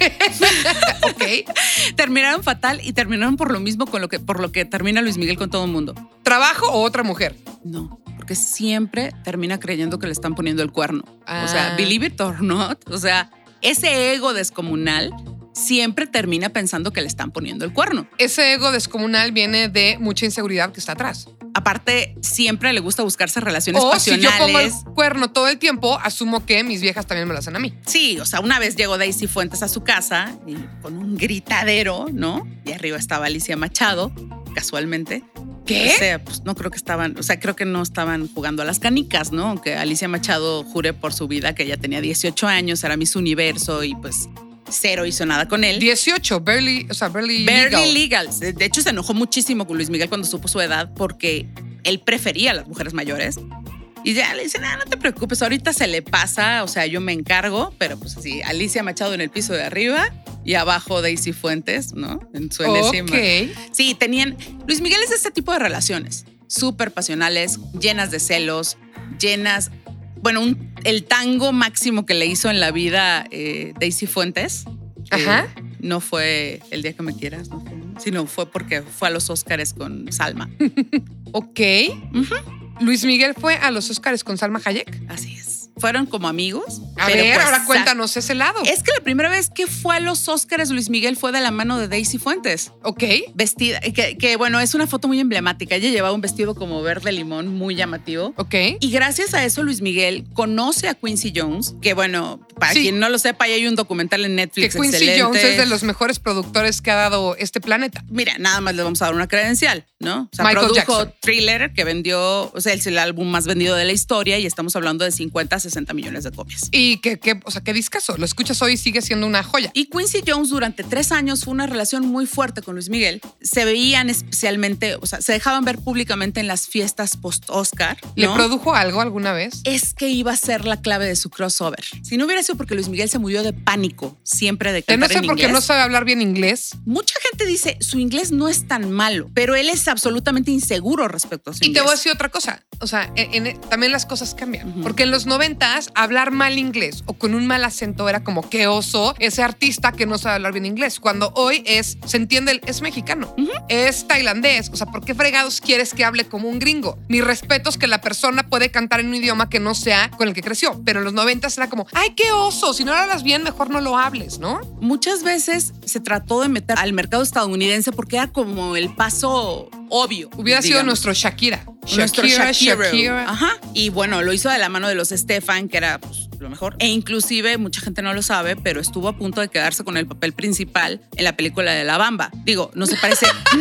Speaker 3: ok.
Speaker 2: Terminaron fatal y terminaron por lo mismo por lo que termina Luis Miguel con todo el mundo.
Speaker 3: ¿Trabajo o otra mujer?
Speaker 2: No, porque siempre termina creyendo que le están poniendo el cuerno.
Speaker 3: Ah.
Speaker 2: O sea, believe it or not, o sea, ese ego descomunal siempre termina pensando que le están poniendo el cuerno.
Speaker 3: Ese ego descomunal viene de mucha inseguridad que está atrás.
Speaker 2: Aparte, siempre le gusta buscarse relaciones
Speaker 3: O si yo pongo el
Speaker 2: pasionales.
Speaker 3: cuerno todo el tiempo, asumo que mis viejas también me lo hacen a mí.
Speaker 2: Sí, o sea, una vez llegó Daisy Fuentes a su casa y con un gritadero, ¿no? Y arriba estaba Alicia Machado, casualmente.
Speaker 3: ¿Qué?
Speaker 2: O sea, pues no creo que estaban, o sea, creo que no estaban jugando a las canicas, ¿no? Aunque Alicia Machado jure por su vida que ella tenía 18 años, era Miss Universo y pues cero hizo nada con él.
Speaker 3: 18, barely
Speaker 2: Legal. De hecho, se enojó muchísimo con Luis Miguel cuando supo su edad porque él prefería a las mujeres mayores. Y ya le dicen, no te preocupes, ahorita se le pasa, o sea, yo me encargo, pero pues así, Alicia Machado en el piso de arriba y abajo Daisy Fuentes, ¿no? En su enésima.
Speaker 3: Ok.
Speaker 2: Sí, Luis Miguel es de este tipo de relaciones, súper pasionales, llenas de celos, bueno, el tango máximo que le hizo en la vida Daisy Fuentes.
Speaker 3: Ajá.
Speaker 2: No fue El día que me quieras, no fue, sino fue porque fue a los Óscares con Salma.
Speaker 3: Ok.
Speaker 2: Ujú.
Speaker 3: Luis Miguel fue a los Óscares con Salma Hayek.
Speaker 2: Así es. Fueron como amigos.
Speaker 3: A
Speaker 2: pero
Speaker 3: ver,
Speaker 2: pues,
Speaker 3: ahora cuéntanos ese lado.
Speaker 2: Es que la primera vez que fue a los Óscares Luis Miguel fue de la mano de Daisy Fuentes.
Speaker 3: Ok.
Speaker 2: Vestida, que bueno, es una foto muy emblemática. Ella llevaba un vestido como verde limón muy llamativo.
Speaker 3: Ok.
Speaker 2: Y gracias a eso Luis Miguel conoce a Quincy Jones, que bueno, para
Speaker 3: Sí.
Speaker 2: quien no lo sepa, ahí hay un documental en
Speaker 3: Que
Speaker 2: Netflix
Speaker 3: Quincy
Speaker 2: excelente.
Speaker 3: Jones es de los mejores productores que ha dado este planeta.
Speaker 2: Mira, nada más le vamos a dar una credencial, ¿no? O sea,
Speaker 3: Michael
Speaker 2: produjo
Speaker 3: Jackson.
Speaker 2: Thriller, que vendió, o sea, es el álbum más vendido de la historia y estamos hablando de 50, 60 millones de copias.
Speaker 3: Y o sea, qué discazo. Lo escuchas hoy y sigue siendo una joya.
Speaker 2: Y Quincy Jones durante 3 años fue una relación muy fuerte con Luis Miguel. Se veían especialmente, o sea, se dejaban ver públicamente en las fiestas post-Oscar, ¿no?
Speaker 3: ¿Le produjo algo alguna vez?
Speaker 2: Es que iba a ser la clave de su crossover. Si no hubiera sido porque Luis Miguel se murió de pánico siempre de cantar
Speaker 3: no sé
Speaker 2: en
Speaker 3: por qué
Speaker 2: inglés.
Speaker 3: no sabe hablar bien inglés.
Speaker 2: Mucha gente dice, su inglés no es tan malo, pero él es absolutamente inseguro respecto a su
Speaker 3: Y
Speaker 2: inglés.
Speaker 3: te voy a decir otra cosa. O sea, también las cosas cambian. Porque en los 90s, hablar mal inglés o con un mal acento era como qué oso ese artista que no sabe hablar bien inglés. Cuando hoy se entiende, es mexicano, es tailandés. O sea, ¿por qué fregados quieres que hable como un gringo? Mi respeto es que la persona puede cantar en un idioma que no sea con el que creció. Pero en los 90s era como, ay, qué oso. Si no lo hablas bien, mejor no lo hables, ¿no?
Speaker 2: Muchas veces se trató de meter al mercado estadounidense porque era como el paso obvio.
Speaker 3: Hubiera sido nuestro Shakira. Shakira.
Speaker 2: Ajá. Y bueno, lo hizo de la mano de los Estefan, que era pues, lo mejor. E inclusive, mucha gente no lo sabe, pero estuvo a punto de quedarse con el papel principal en la película de La Bamba. Digo, no se parece. Te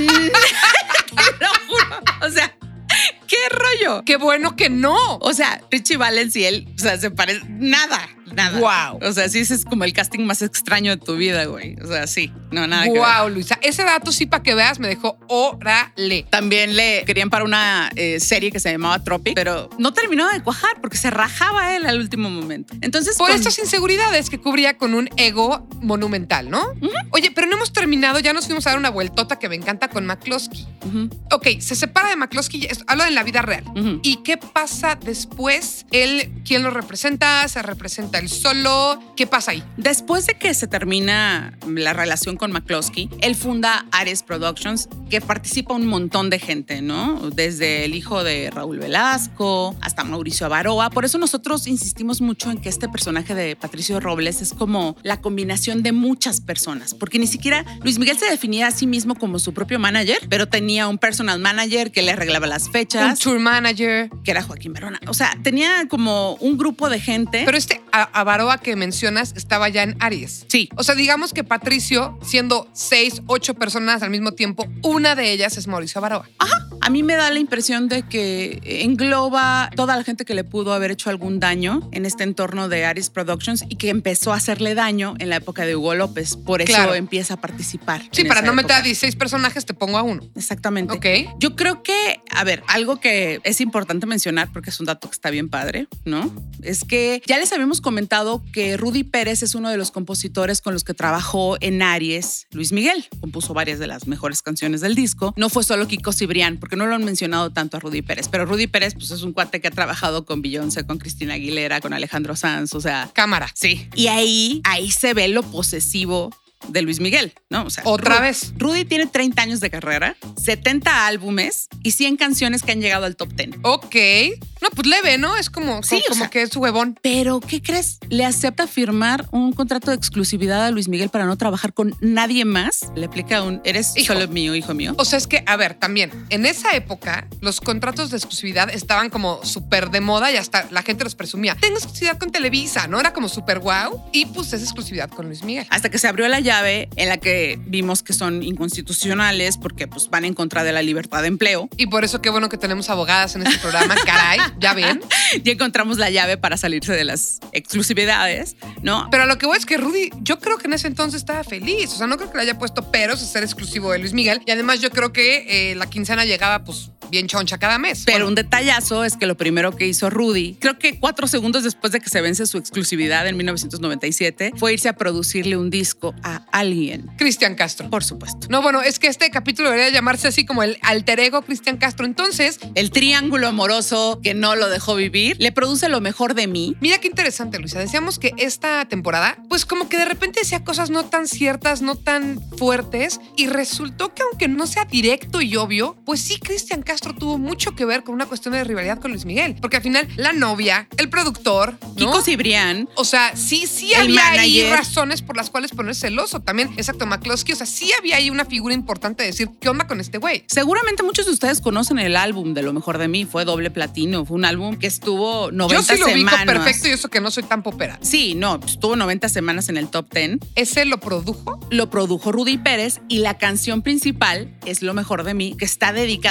Speaker 2: lo juro. O sea, ¿qué rollo?
Speaker 3: ¡Qué bueno que no!
Speaker 2: O sea, Richie Valens y él, o sea, se parecen nada.
Speaker 3: Wow.
Speaker 2: O sea, sí, ese es como el casting más extraño de tu vida, güey. O sea, sí, no, nada que ver.
Speaker 3: Wow, Luisa. Ese dato sí, para que veas, me dejó órale.
Speaker 2: También le querían para una serie que se llamaba Tropic, pero no terminó de cuajar porque se rajaba él al último momento. Entonces,
Speaker 3: por estas inseguridades que cubría con un ego monumental, ¿no? Oye, pero no hemos terminado, ya nos fuimos a dar una vueltota que me encanta con McCloskey. Ok, se separa de McCloskey, habla en la vida real. ¿Y qué pasa después? Él, ¿quién lo representa? ¿Se representa él solo? ¿Qué pasa ahí?
Speaker 2: Después de que se termina la relación con McCloskey, él funda Ares Productions, que participa un montón de gente, ¿no? Desde el hijo de Raúl Velasco hasta Mauricio Abaroa. Por eso nosotros insistimos mucho en que este personaje de Patricio Robles es como la combinación de muchas personas, porque ni siquiera Luis Miguel se definía a sí mismo como su propio manager, pero tenía un personal manager que le arreglaba las fechas.
Speaker 3: Un tour manager.
Speaker 2: Que era Joaquín Verona. O sea, tenía como un grupo de gente.
Speaker 3: Pero Abaroa que mencionas estaba ya en Aries.
Speaker 2: Sí.
Speaker 3: O sea, digamos que Patricio, siendo 6, 8 personas al mismo tiempo, una de ellas es Mauricio Abaroa.
Speaker 2: Ajá. A mí me da la impresión de que engloba toda la gente que le pudo haber hecho algún daño en este entorno de Aries Productions y que empezó a hacerle daño en la época de Hugo López. Por eso empieza a participar.
Speaker 3: Sí, para no meter a 16 personajes te pongo a uno.
Speaker 2: Exactamente.
Speaker 3: Ok.
Speaker 2: Yo creo que, a ver, algo que es importante mencionar porque es un dato que está bien padre, ¿no? Es que ya les habíamos comentado que Rudy Pérez es uno de los compositores con los que trabajó en Aries Luis Miguel. Compuso varias de las mejores canciones del disco. No fue solo Kiko Cibrián, porque no lo han mencionado tanto a Rudy Pérez, pero Rudy Pérez pues, es un cuate que ha trabajado con Beyoncé, con Cristina Aguilera, con Alejandro Sanz, o sea...
Speaker 3: Cámara.
Speaker 2: Sí. Y ahí se ve lo posesivo de Luis Miguel, ¿no? O sea,
Speaker 3: otra vez.
Speaker 2: Rudy tiene 30 años de carrera, 70 álbumes y 100 canciones que han llegado al top 10.
Speaker 3: Ok. No, pues leve, ¿no? Es como,
Speaker 2: sí,
Speaker 3: como o sea, que es huevón.
Speaker 2: Pero, ¿qué crees? Le acepta firmar un contrato de exclusividad a Luis Miguel para no trabajar con nadie más. Le aplica eres solo mío, hijo mío.
Speaker 3: O sea, es que, a ver, también, en esa época, los contratos de exclusividad estaban como súper de moda y hasta la gente los presumía. Tengo exclusividad con Televisa, ¿no? Era como súper guau. Y pues es exclusividad con Luis Miguel.
Speaker 2: Hasta que se abrió la llave en la que vimos que son inconstitucionales porque pues van en contra de la libertad de empleo.
Speaker 3: Y por eso qué bueno que tenemos abogadas en este programa, caray, ya ven.
Speaker 2: Ya encontramos la llave para salirse de las exclusividades, ¿no?
Speaker 3: Pero a lo que voy es que Rudy, yo creo que en ese entonces estaba feliz. O sea, no creo que le haya puesto peros a ser exclusivo de Luis Miguel. Y además yo creo que la quincena llegaba pues bien choncha cada mes.
Speaker 2: Pero un detallazo es que lo primero que hizo Rudy, creo que 4 segundos después de que se vence su exclusividad en 1997, fue irse a producirle un disco a alguien.
Speaker 3: Cristian Castro.
Speaker 2: Por supuesto.
Speaker 3: No, bueno, es que este capítulo debería llamarse así como el alter ego Cristian Castro. Entonces,
Speaker 2: el triángulo amoroso que no lo dejó vivir, le produce Lo Mejor de Mí.
Speaker 3: Mira qué interesante, Luisa. Decíamos que esta temporada, pues como que de repente decía cosas no tan ciertas, no tan fuertes, y resultó que aunque no sea directo y obvio, pues sí, Cristian Castro tuvo mucho que ver con una cuestión de rivalidad con Luis Miguel. Porque al final, la novia, el productor, ¿no?
Speaker 2: Kiko Cibrián.
Speaker 3: O sea, sí había ahí razones por las cuales ponerse celoso. También, exacto, McCloskey, o sea, sí había ahí una figura importante de decir, ¿qué onda con este güey?
Speaker 2: Seguramente muchos de ustedes conocen el álbum de Lo Mejor de Mí, fue doble platino, fue un álbum que estuvo 90 semanas.
Speaker 3: Yo sí lo ubico perfecto y eso que no soy tan popera.
Speaker 2: Sí, no, estuvo 90 semanas en el top 10.
Speaker 3: ¿Ese lo produjo?
Speaker 2: Lo produjo Rudy Pérez y la canción principal es Lo Mejor de Mí, que está dedicada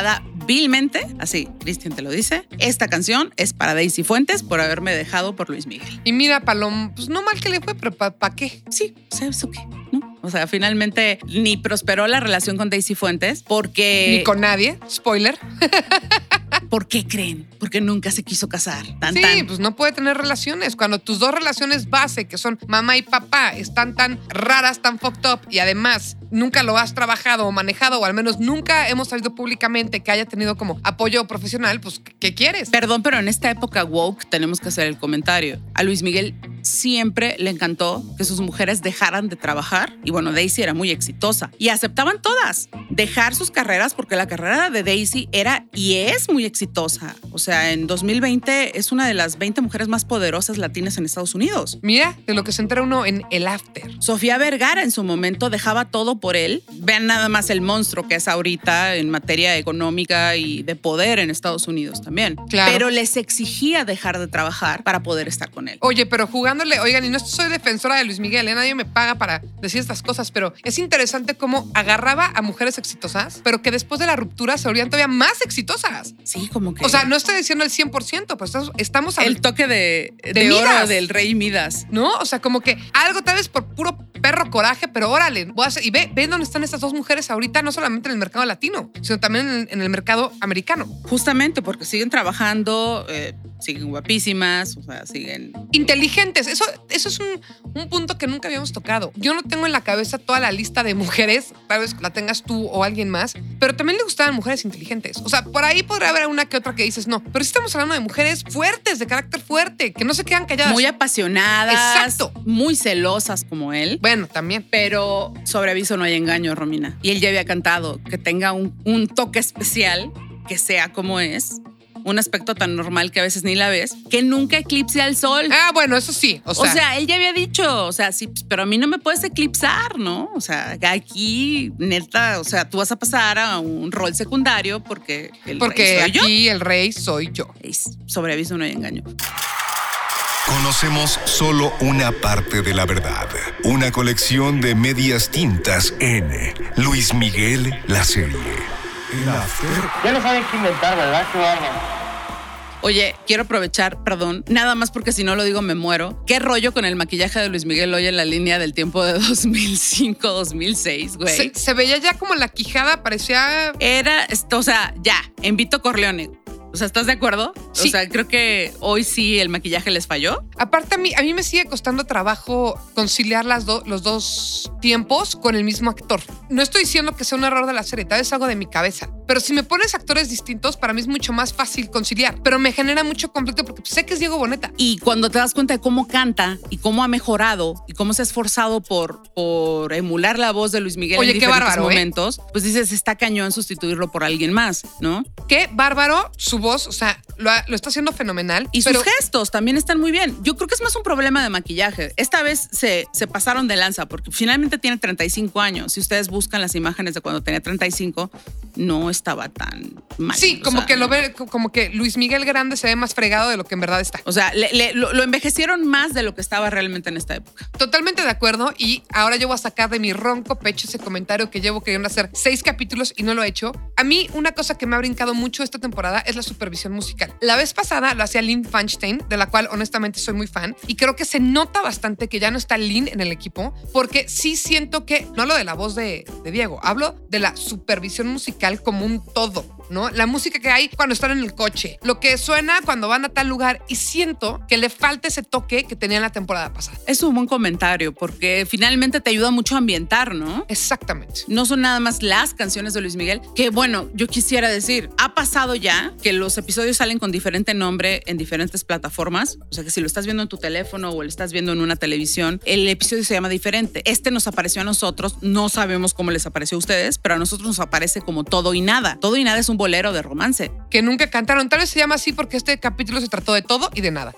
Speaker 2: vilmente, así, Cristian te lo dice, esta canción es para Daisy Fuentes por haberme dejado por Luis Miguel.
Speaker 3: Y mira, Palom, pues no mal que le fue, pero ¿para qué?
Speaker 2: Sí, ¿sabes qué? ¿No? O sea, finalmente ni prosperó la relación con Daisy Fuentes porque...
Speaker 3: Ni con nadie, spoiler.
Speaker 2: ¿Por qué creen? Porque nunca se quiso casar.
Speaker 3: Sí, pues no puede tener relaciones. Cuando tus dos relaciones base, que son mamá y papá, están tan raras, tan fucked up, y además nunca lo has trabajado o manejado, o al menos nunca hemos salido públicamente que haya tenido como apoyo profesional, pues ¿qué quieres?
Speaker 2: Perdón, pero en esta época woke tenemos que hacer el comentario. A Luis Miguel siempre le encantó que sus mujeres dejaran de trabajar, y bueno, Daisy era muy exitosa y aceptaban todas dejar sus carreras porque la carrera de Daisy era y es muy exitosa. O sea, en 2020 es una de las 20 mujeres más poderosas latinas en Estados Unidos.
Speaker 3: Mira, de lo que se entera uno en el after.
Speaker 2: Sofía Vergara en su momento dejaba todo por él. Vean nada más el monstruo que es ahorita en materia económica y de poder en Estados Unidos también.
Speaker 3: Claro.
Speaker 2: Pero les exigía dejar de trabajar para poder estar con él.
Speaker 3: Oye, pero jugándole, oigan, y no soy defensora de Luis Miguel, nadie me paga para decir estas cosas, pero es interesante cómo agarraba a mujeres exitosas, pero que después de la ruptura se volvían todavía más exitosas.
Speaker 2: Sí, como que...
Speaker 3: O sea, no estoy diciendo el 100%, pues estamos...
Speaker 2: El toque de
Speaker 3: Midas.
Speaker 2: oro del rey Midas.
Speaker 3: ¿No? O sea, como que algo tal vez por puro perro coraje, pero órale, voy a hacer... Y ve dónde están estas dos mujeres ahorita, no solamente en el mercado latino, sino también en el mercado americano.
Speaker 2: Justamente porque siguen trabajando, siguen guapísimas, o sea, siguen...
Speaker 3: Inteligentes. Eso es un punto que nunca habíamos tocado. Yo no tengo en la cabeza toda la lista de mujeres, tal vez la tengas tú o alguien más, pero también le gustaban mujeres inteligentes. O sea, por ahí podrá haber una que otra que dices no, pero sí estamos hablando de mujeres fuertes, de carácter fuerte, que no se quedan calladas.
Speaker 2: Muy apasionadas.
Speaker 3: Exacto.
Speaker 2: Muy celosas como él.
Speaker 3: Bueno, también.
Speaker 2: Pero sobre aviso no hay engaño, Romina. Y él ya había cantado que tenga un toque especial, que sea como es. Un aspecto tan normal que a veces ni la ves, que nunca eclipse al sol.
Speaker 3: Ah, bueno, eso sí. O sea,
Speaker 2: él ya había dicho, o sea, sí, pero a mí no me puedes eclipsar, ¿no? O sea, aquí, neta, o sea, tú vas a pasar a un rol secundario porque el rey soy yo.
Speaker 3: Aquí el rey soy yo.
Speaker 2: Sobre aviso no hay engaño.
Speaker 1: Conocemos solo una parte de la verdad. Una colección de medias tintas en Luis Miguel, la serie. El After.
Speaker 4: Ya no saben qué inventar, ¿verdad? Qué bárbaro.
Speaker 2: Oye, quiero aprovechar, perdón, nada más porque si no lo digo me muero. ¿Qué rollo con el maquillaje de Luis Miguel hoy en la línea del tiempo de 2005, 2006, güey?
Speaker 3: Se veía ya como la quijada, parecía...
Speaker 2: Era, o sea, ya, en Vito Corleone. O sea, ¿estás de acuerdo?
Speaker 3: Sí.
Speaker 2: O sea, creo que hoy sí el maquillaje les falló.
Speaker 3: Aparte, a mí me sigue costando trabajo conciliar los dos tiempos con el mismo actor. No estoy diciendo que sea un error de la serie, tal vez es algo de mi cabeza. Pero si me pones actores distintos, para mí es mucho más fácil conciliar. Pero me genera mucho conflicto porque sé que es Diego Boneta.
Speaker 2: Y cuando te das cuenta de cómo canta y cómo ha mejorado y cómo se ha esforzado por emular la voz de Luis Miguel en diferentes
Speaker 3: bárbaro,
Speaker 2: momentos, pues dices, está cañón sustituirlo por alguien más, ¿no?
Speaker 3: Qué bárbaro su voz, o sea, lo está haciendo fenomenal.
Speaker 2: Y sus gestos también están muy bien. Yo creo que es más un problema de maquillaje. Esta vez se pasaron de lanza porque finalmente tiene 35 años. Si ustedes buscan las imágenes de cuando tenía 35, no estaba tan mal.
Speaker 3: Sí, como que lo ve, como que Luis Miguel grande se ve más fregado de lo que en verdad está.
Speaker 2: O sea, lo envejecieron más de lo que estaba realmente en esta época.
Speaker 3: Totalmente de acuerdo. Y ahora yo voy a sacar de mi ronco pecho ese comentario que llevo queriendo hacer 6 capítulos y no lo he hecho. A mí, una cosa que me ha brincado mucho esta temporada es la supervisión musical. La vez pasada lo hacía Lynn Feinstein, de la cual honestamente soy muy fan, y creo que se nota bastante que ya no está Lynn en el equipo, porque sí siento que, no hablo de la voz de Diego, hablo de la supervisión musical como un todo, ¿no? La música que hay cuando están en el coche, lo que suena cuando van a tal lugar, y siento que le falta ese toque que tenía en la temporada pasada.
Speaker 2: Es un buen comentario, porque finalmente te ayuda mucho a ambientar, ¿no?
Speaker 3: Exactamente.
Speaker 2: No son nada más las canciones de Luis Miguel, que bueno, yo quisiera decir, ha pasado ya que los episodios salen con diferente nombre en diferentes plataformas, o sea que si lo estás viendo en tu teléfono o lo estás viendo en una televisión, el episodio se llama diferente. Este nos apareció a nosotros, no sabemos cómo les apareció a ustedes, pero a nosotros nos aparece como Todo y Nada. Todo y Nada es un bolero de romance.
Speaker 3: Que nunca cantaron, tal vez se llama así porque este capítulo se trató de todo y de nada.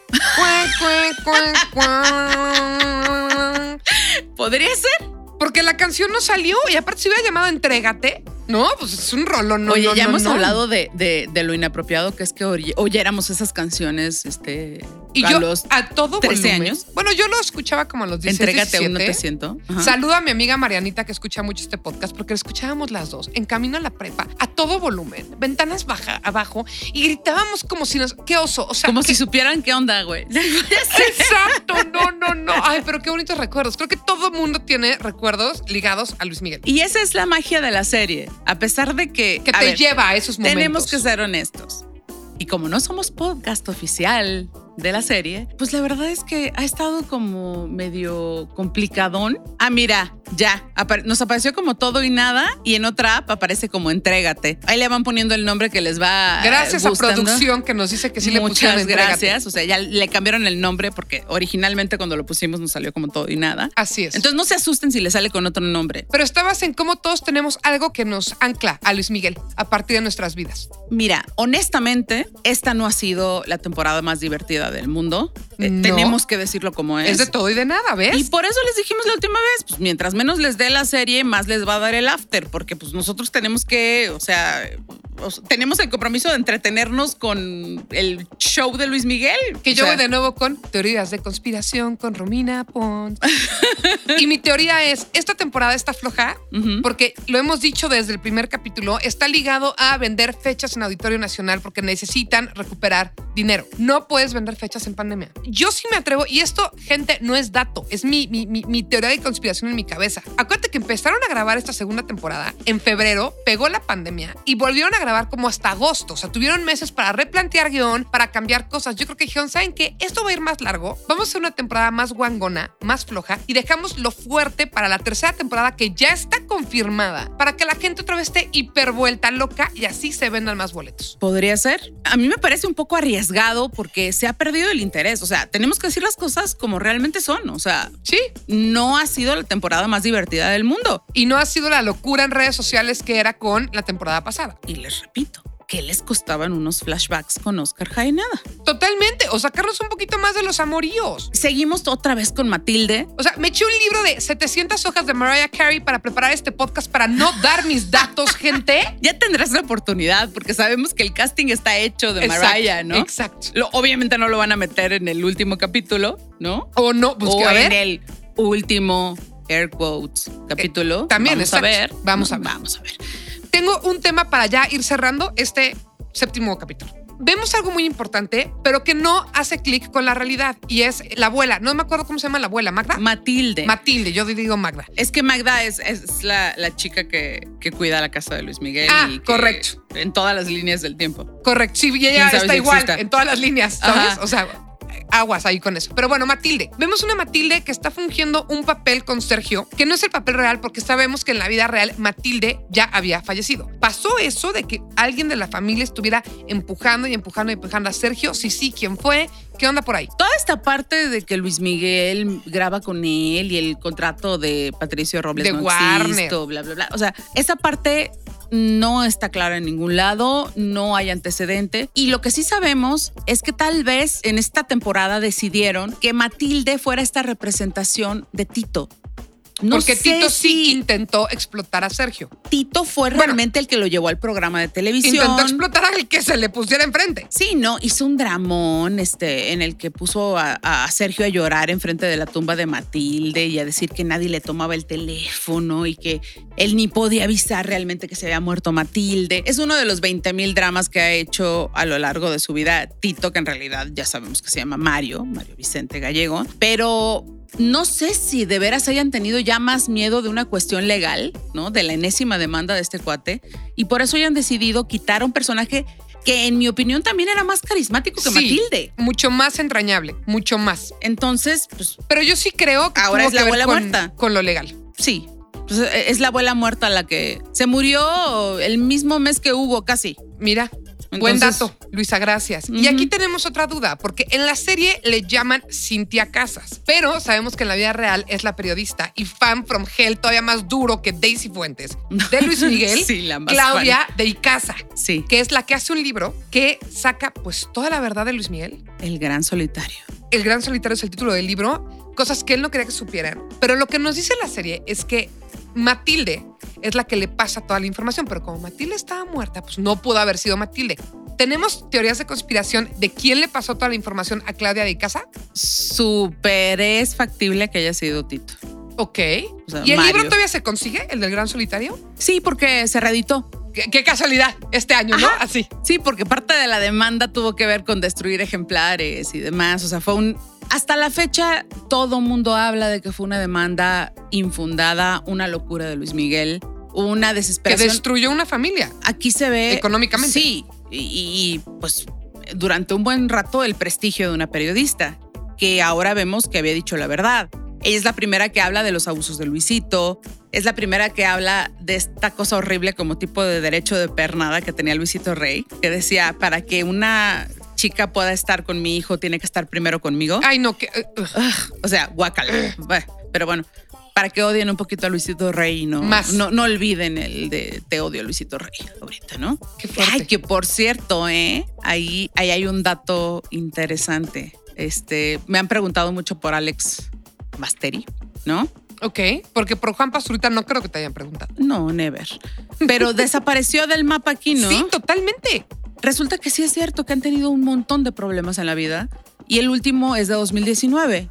Speaker 2: ¿Podría ser?
Speaker 3: Porque la canción no salió y aparte se hubiera llamado Entrégate. No, pues es un rolón. No,
Speaker 2: Oye,
Speaker 3: no,
Speaker 2: ya
Speaker 3: no,
Speaker 2: hemos
Speaker 3: no.
Speaker 2: hablado de lo inapropiado que es que oyéramos esas canciones
Speaker 3: Y
Speaker 2: a
Speaker 3: yo
Speaker 2: los
Speaker 3: a todo
Speaker 2: 13
Speaker 3: volumen.
Speaker 2: años.
Speaker 3: Bueno, yo lo escuchaba como a los 16,
Speaker 2: Entrégate a
Speaker 3: 17.
Speaker 2: un no te siento. Ajá.
Speaker 3: Saludo a mi amiga Marianita que escucha mucho este podcast porque lo escuchábamos las dos en camino a la prepa, a todo volumen, ventanas abajo y gritábamos como si nos... ¡Qué oso! O sea,
Speaker 2: Como si supieran qué onda, güey.
Speaker 3: Exacto, no. Ay, pero qué bonitos recuerdos. Creo que todo mundo tiene recuerdos ligados a Luis Miguel.
Speaker 2: Y esa es la magia de la serie. A pesar de que
Speaker 3: Que te lleva a esos momentos.
Speaker 2: tenemos que ser honestos. Y como no somos podcast oficial de la serie, pues la verdad es que ha estado como medio complicadón. Ah, mira, ya, nos apareció como Todo y Nada y en otra app aparece como Entrégate. Ahí le van poniendo el nombre que les va
Speaker 3: Gracias
Speaker 2: gustando.
Speaker 3: a producción que nos dice que sí le pusieron
Speaker 2: Muchas
Speaker 3: Entrégate.
Speaker 2: gracias. O sea, ya le cambiaron el nombre porque originalmente cuando lo pusimos nos salió como Todo y Nada.
Speaker 3: Así es.
Speaker 2: Entonces no se asusten si le sale con otro nombre.
Speaker 3: Pero estabas en cómo todos tenemos algo que nos ancla a Luis Miguel a partir de nuestras vidas.
Speaker 2: Mira, honestamente, esta no ha sido la temporada más divertida del mundo.
Speaker 3: No.
Speaker 2: Tenemos que decirlo como es.
Speaker 3: Es de todo y de nada, ¿ves?
Speaker 2: Y por eso les dijimos la última vez, pues mientras menos les dé la serie, más les va a dar el after, porque pues nosotros tenemos que, o sea, tenemos el compromiso de entretenernos con el show de Luis Miguel.
Speaker 3: Que
Speaker 2: O
Speaker 3: yo
Speaker 2: sea,
Speaker 3: voy de nuevo con teorías de conspiración con Romina Pons. Y mi teoría es, esta temporada está floja
Speaker 2: Ujú.
Speaker 3: porque lo hemos dicho desde el primer capítulo, está ligado a vender fechas en Auditorio Nacional porque necesitan recuperar dinero. No puedes vender fechas en pandemia. Yo sí me atrevo, y esto, gente, no es dato, es mi teoría de conspiración en mi cabeza. Acuérdate que empezaron a grabar esta segunda temporada en febrero, pegó la pandemia y volvieron a grabar como hasta agosto. O sea, tuvieron meses para replantear guión, para cambiar cosas. Yo creo que dijeron, ¿saben qué? Esto va a ir más largo. Vamos a hacer una temporada más guangona, más floja y dejamos lo fuerte para la tercera temporada que ya está confirmada para que la gente otra vez esté hipervuelta loca y así se vendan más boletos.
Speaker 2: Podría ser. A mí me parece un poco arriesgado porque se ha perdido el interés. O sea, tenemos que decir las cosas como realmente son. O sea,
Speaker 3: Sí.
Speaker 2: no ha sido la temporada más divertida del mundo.
Speaker 3: Y no ha sido la locura en redes sociales que era con la temporada pasada.
Speaker 2: Y les repito, ¿qué les costaban unos flashbacks con Oscar Jaenada?
Speaker 3: Totalmente. O sacarnos un poquito más de los amoríos.
Speaker 2: Seguimos otra vez con Matilde.
Speaker 3: O sea, me eché un libro de 700 hojas de Mariah Carey para preparar este podcast para no dar mis datos, gente.
Speaker 2: Ya tendrás la oportunidad porque sabemos que el casting está hecho de Mariah, ¿no?
Speaker 3: Exacto.
Speaker 2: Obviamente no lo van a meter en el último capítulo, ¿no?
Speaker 3: O no, pues
Speaker 2: o
Speaker 3: que a
Speaker 2: en
Speaker 3: ver.
Speaker 2: el último air quotes capítulo.
Speaker 3: también,
Speaker 2: vamos a
Speaker 3: exacto.
Speaker 2: ver.
Speaker 3: Vamos a ver.
Speaker 2: Vamos a ver.
Speaker 3: Tengo un tema para ya ir cerrando este séptimo capítulo. Vemos algo muy importante, pero que no hace clic con la realidad, y es la abuela. No me acuerdo cómo se llama la abuela. ¿Magda?
Speaker 2: Matilde.
Speaker 3: Matilde, yo digo Magda.
Speaker 2: Es que Magda es la chica que cuida la casa de Luis Miguel.
Speaker 3: Ah,
Speaker 2: y que-
Speaker 3: correcto.
Speaker 2: En todas las líneas del tiempo.
Speaker 3: Correcto. Sí, y
Speaker 2: ¿Quién
Speaker 3: ella
Speaker 2: sabe
Speaker 3: está
Speaker 2: si
Speaker 3: igual
Speaker 2: exista?
Speaker 3: en todas las líneas, ¿sabes?
Speaker 2: Ajá.
Speaker 3: O sea, aguas ahí con eso. Pero bueno, Matilde. Vemos una Matilde que está fungiendo un papel con Sergio, que no es el papel real porque sabemos que en la vida real Matilde ya había fallecido. ¿Pasó eso de que alguien de la familia estuviera empujando a Sergio? Sí, ¿quién fue? ¿Qué onda por ahí?
Speaker 2: Toda esta parte de que Luis Miguel graba con él y el contrato de Patricio Robles
Speaker 3: De
Speaker 2: no
Speaker 3: Warner.
Speaker 2: existe, bla, bla, bla. O sea, esa parte no está clara en ningún lado, no hay antecedente. Y lo que sí sabemos es que tal vez en esta temporada decidieron que Matilde fuera esta representación de Tito. No
Speaker 3: Porque
Speaker 2: sé
Speaker 3: Tito
Speaker 2: si
Speaker 3: sí intentó explotar a Sergio.
Speaker 2: Tito fue realmente el que lo llevó al programa de televisión.
Speaker 3: Intentó explotar al que se le pusiera enfrente.
Speaker 2: Sí, no, hizo un dramón en el que puso a Sergio a llorar enfrente de la tumba de Matilde y a decir que nadie le tomaba el teléfono y que él ni podía avisar realmente que se había muerto Matilde. Es uno de los 20,000 dramas que ha hecho a lo largo de su vida Tito, que en realidad ya sabemos que se llama Mario Vicente Gallego, pero no sé si de veras hayan tenido ya más miedo de una cuestión legal, ¿no? De la enésima demanda de este cuate, y por eso hayan decidido quitar a un personaje que en mi opinión también era más carismático que
Speaker 3: Sí,
Speaker 2: Matilde.
Speaker 3: mucho más entrañable, mucho más.
Speaker 2: Entonces, pues
Speaker 3: Pero yo sí creo que
Speaker 2: Ahora
Speaker 3: tuvo
Speaker 2: es la
Speaker 3: que ver
Speaker 2: abuela
Speaker 3: con,
Speaker 2: muerta.
Speaker 3: con lo legal.
Speaker 2: sí, pues, es la abuela muerta la que se murió el mismo mes que Hugo, casi.
Speaker 3: Mira, buen
Speaker 2: Entonces-
Speaker 3: dato, Luisa, gracias. Y
Speaker 2: Ujú.
Speaker 3: aquí tenemos otra duda, porque en la serie le llaman Cintia Casas, pero sabemos que en la vida real es la periodista y fan from hell todavía más duro que Daisy Fuentes, de Luis Miguel,
Speaker 2: Sí, la más
Speaker 3: Claudia de Icaza,
Speaker 2: Sí,
Speaker 3: que es la que hace un libro que saca pues toda la verdad de Luis Miguel.
Speaker 2: el gran solitario.
Speaker 3: El Gran Solitario es el título del libro, cosas que él no quería que supieran. Pero lo que nos dice la serie es que Matilde es la que le pasa toda la información, pero como Matilde estaba muerta, pues no pudo haber sido Matilde. ¿Tenemos teorías de conspiración de quién le pasó toda la información a Claudia de Icaza?
Speaker 2: Súper es factible que haya sido Tito.
Speaker 3: Ok.
Speaker 2: O sea,
Speaker 3: ¿Y el
Speaker 2: Mario.
Speaker 3: libro todavía se consigue, el del Gran Solitario?
Speaker 2: Sí, porque se reeditó.
Speaker 3: Qué casualidad, este año, ¿no?
Speaker 2: Ajá.
Speaker 3: Así.
Speaker 2: Sí, porque parte de la demanda tuvo que ver con destruir ejemplares y demás. O sea, hasta la fecha, todo mundo habla de que fue una demanda infundada, una locura de Luis Miguel, una
Speaker 3: Que
Speaker 2: desesperación.
Speaker 3: destruyó una familia.
Speaker 2: Aquí se ve.
Speaker 3: Económicamente.
Speaker 2: Sí. Y pues durante un buen rato el prestigio de una periodista, que ahora vemos que había dicho la verdad. Ella es la primera que habla de los abusos de Luisito, es la primera que habla de esta cosa horrible como tipo de derecho de pernada que tenía Luisito Rey, que decía, para que una chica pueda estar con mi hijo tiene que estar primero conmigo.
Speaker 3: Ay, no,
Speaker 2: O sea, guácala. Pero bueno, para que odien un poquito a Luisito Rey y no olviden el de te odio Luisito Rey ahorita, ¿no?
Speaker 3: Qué fuerte.
Speaker 2: Ay, que por cierto, ahí hay un dato interesante. Me han preguntado mucho por Alex Basteri, ¿no?
Speaker 3: Ok, porque por Juan Pazurita no creo que te hayan preguntado.
Speaker 2: No, never. Pero desapareció del mapa aquí, ¿no?
Speaker 3: Sí, totalmente.
Speaker 2: Resulta que sí es cierto que han tenido un montón de problemas en la vida y el último es de 2019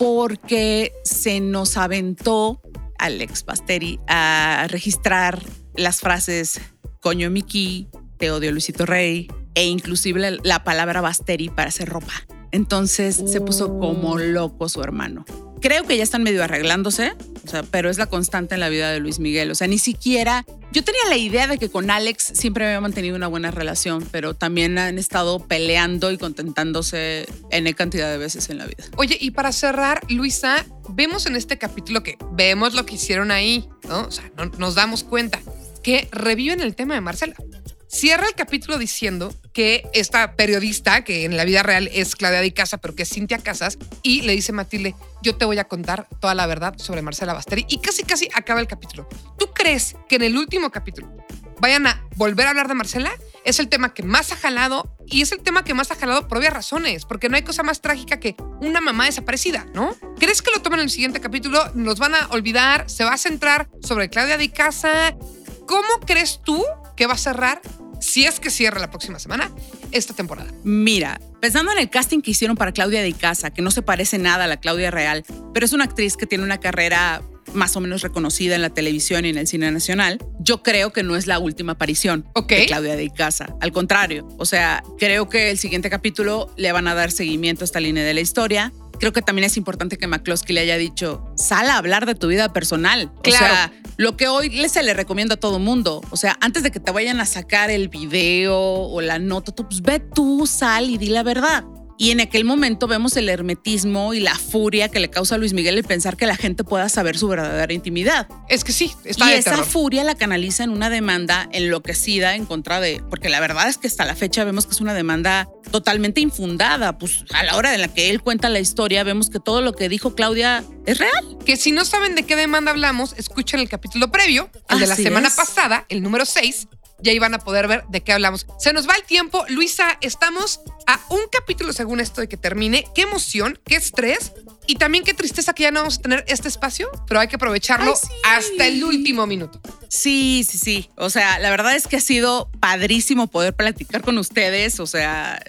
Speaker 2: porque se nos aventó Alex Basteri a registrar las frases coño Miki, te odio Luisito Rey e inclusive la palabra Basteri para hacer ropa. Entonces se puso como loco su hermano. Creo que ya están medio arreglándose, o sea, pero es la constante en la vida de Luis Miguel. O sea, ni siquiera... Yo tenía la idea de que con Alex siempre había mantenido una buena relación, pero también han estado peleando y contentándose N cantidad de veces en la vida.
Speaker 3: Oye, y para cerrar, Luisa, vemos en este capítulo que vemos lo que hicieron ahí, ¿no? O sea, nos damos cuenta que reviven el tema de Marcela. Cierra el capítulo diciendo que esta periodista, que en la vida real es Claudia de Icaza, pero que es Cintia Casas, y le dice a Matilde, yo te voy a contar toda la verdad sobre Marcela Basteri. Y casi acaba el capítulo. ¿Tú crees que en el último capítulo vayan a volver a hablar de Marcela? Es el tema que más ha jalado y es el tema que más ha jalado por obvias razones, porque no hay cosa más trágica que una mamá desaparecida, ¿no? ¿Crees que lo toman en el siguiente capítulo? ¿Nos van a olvidar? ¿Se va a centrar sobre Claudia de Icaza? ¿Cómo crees tú que va a cerrar, si es que cierra la próxima semana, esta temporada?
Speaker 2: Mira, pensando en el casting que hicieron para Claudia de Icaza, que no se parece nada a la Claudia real, pero es una actriz que tiene una carrera más o menos reconocida en la televisión y en el cine nacional, yo creo que no es la última aparición de Claudia de Icaza. Al contrario, o sea, creo que el siguiente capítulo le van a dar seguimiento a esta línea de la historia. Creo que también es importante que McCloskey le haya dicho, sal a hablar de tu vida personal.
Speaker 3: Claro.
Speaker 2: O sea, lo que hoy se le recomiendo a todo mundo. O sea, antes de que te vayan a sacar el video o la nota, pues ve tú, sal y di la verdad. Y en aquel momento vemos el hermetismo y la furia que le causa a Luis Miguel el pensar que la gente pueda saber su verdadera intimidad.
Speaker 3: Es que sí, está
Speaker 2: y
Speaker 3: de
Speaker 2: esa
Speaker 3: terror.
Speaker 2: furia la canaliza en una demanda enloquecida en contra de... Porque la verdad es que hasta la fecha vemos que es una demanda totalmente infundada. Pues a la hora en la que él cuenta la historia, vemos que todo lo que dijo Claudia es real.
Speaker 3: Que si no saben de qué demanda hablamos, escuchen el capítulo previo, el de la
Speaker 2: Así
Speaker 3: semana
Speaker 2: es.
Speaker 3: pasada, el número 6, y ahí van a poder ver de qué hablamos. Se nos va el tiempo, Luisa, estamos a un capítulo según esto de que termine. Qué emoción, qué estrés y también qué tristeza que ya no vamos a tener este espacio, pero hay que aprovecharlo
Speaker 2: Ay, sí.
Speaker 3: hasta el último minuto.
Speaker 2: Sí. O sea, la verdad es que ha sido padrísimo poder platicar con ustedes. O sea,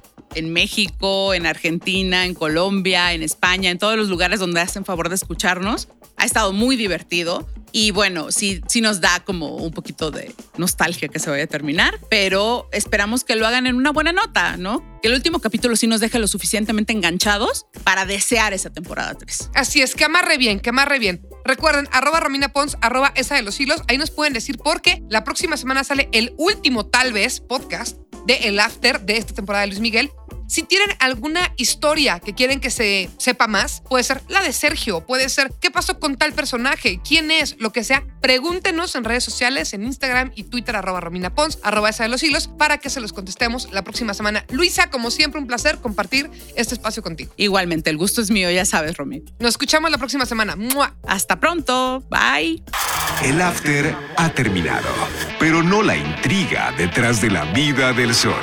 Speaker 2: en México, en Argentina, en Colombia, en España, en todos los lugares donde hacen favor de escucharnos. Ha estado muy divertido. Y bueno, sí nos da como un poquito de nostalgia que se vaya a terminar, pero esperamos que lo hagan en una buena nota, ¿no? Que el último capítulo sí nos deje lo suficientemente enganchados para desear esa temporada 3.
Speaker 3: Así es, que amarre bien, que amarre bien. Recuerden, @RominaPons, @esa de los hilos. Ahí nos pueden decir por qué la próxima semana sale el último, tal vez, podcast de El After de esta temporada de Luis Miguel. Si tienen alguna historia que quieren que se sepa más, puede ser la de Sergio, puede ser qué pasó con tal personaje, quién es, lo que sea, pregúntenos en redes sociales, en Instagram y Twitter, @RominaPons, @esa de los hilos, para que se los contestemos la próxima semana. Luisa, como siempre, un placer compartir este espacio contigo.
Speaker 2: Igualmente, el gusto es mío, ya sabes, Romy.
Speaker 3: Nos escuchamos la próxima semana. ¡Mua!
Speaker 2: Hasta pronto. Bye.
Speaker 1: El after ha terminado, pero no la intriga detrás de la vida del sol.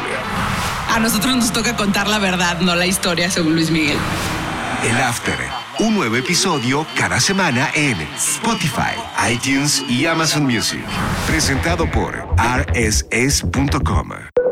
Speaker 2: A nosotros nos toca contar la verdad, no la historia, según Luis Miguel.
Speaker 1: El after, un nuevo episodio cada semana en Spotify, iTunes y Amazon Music. Presentado por rss.com.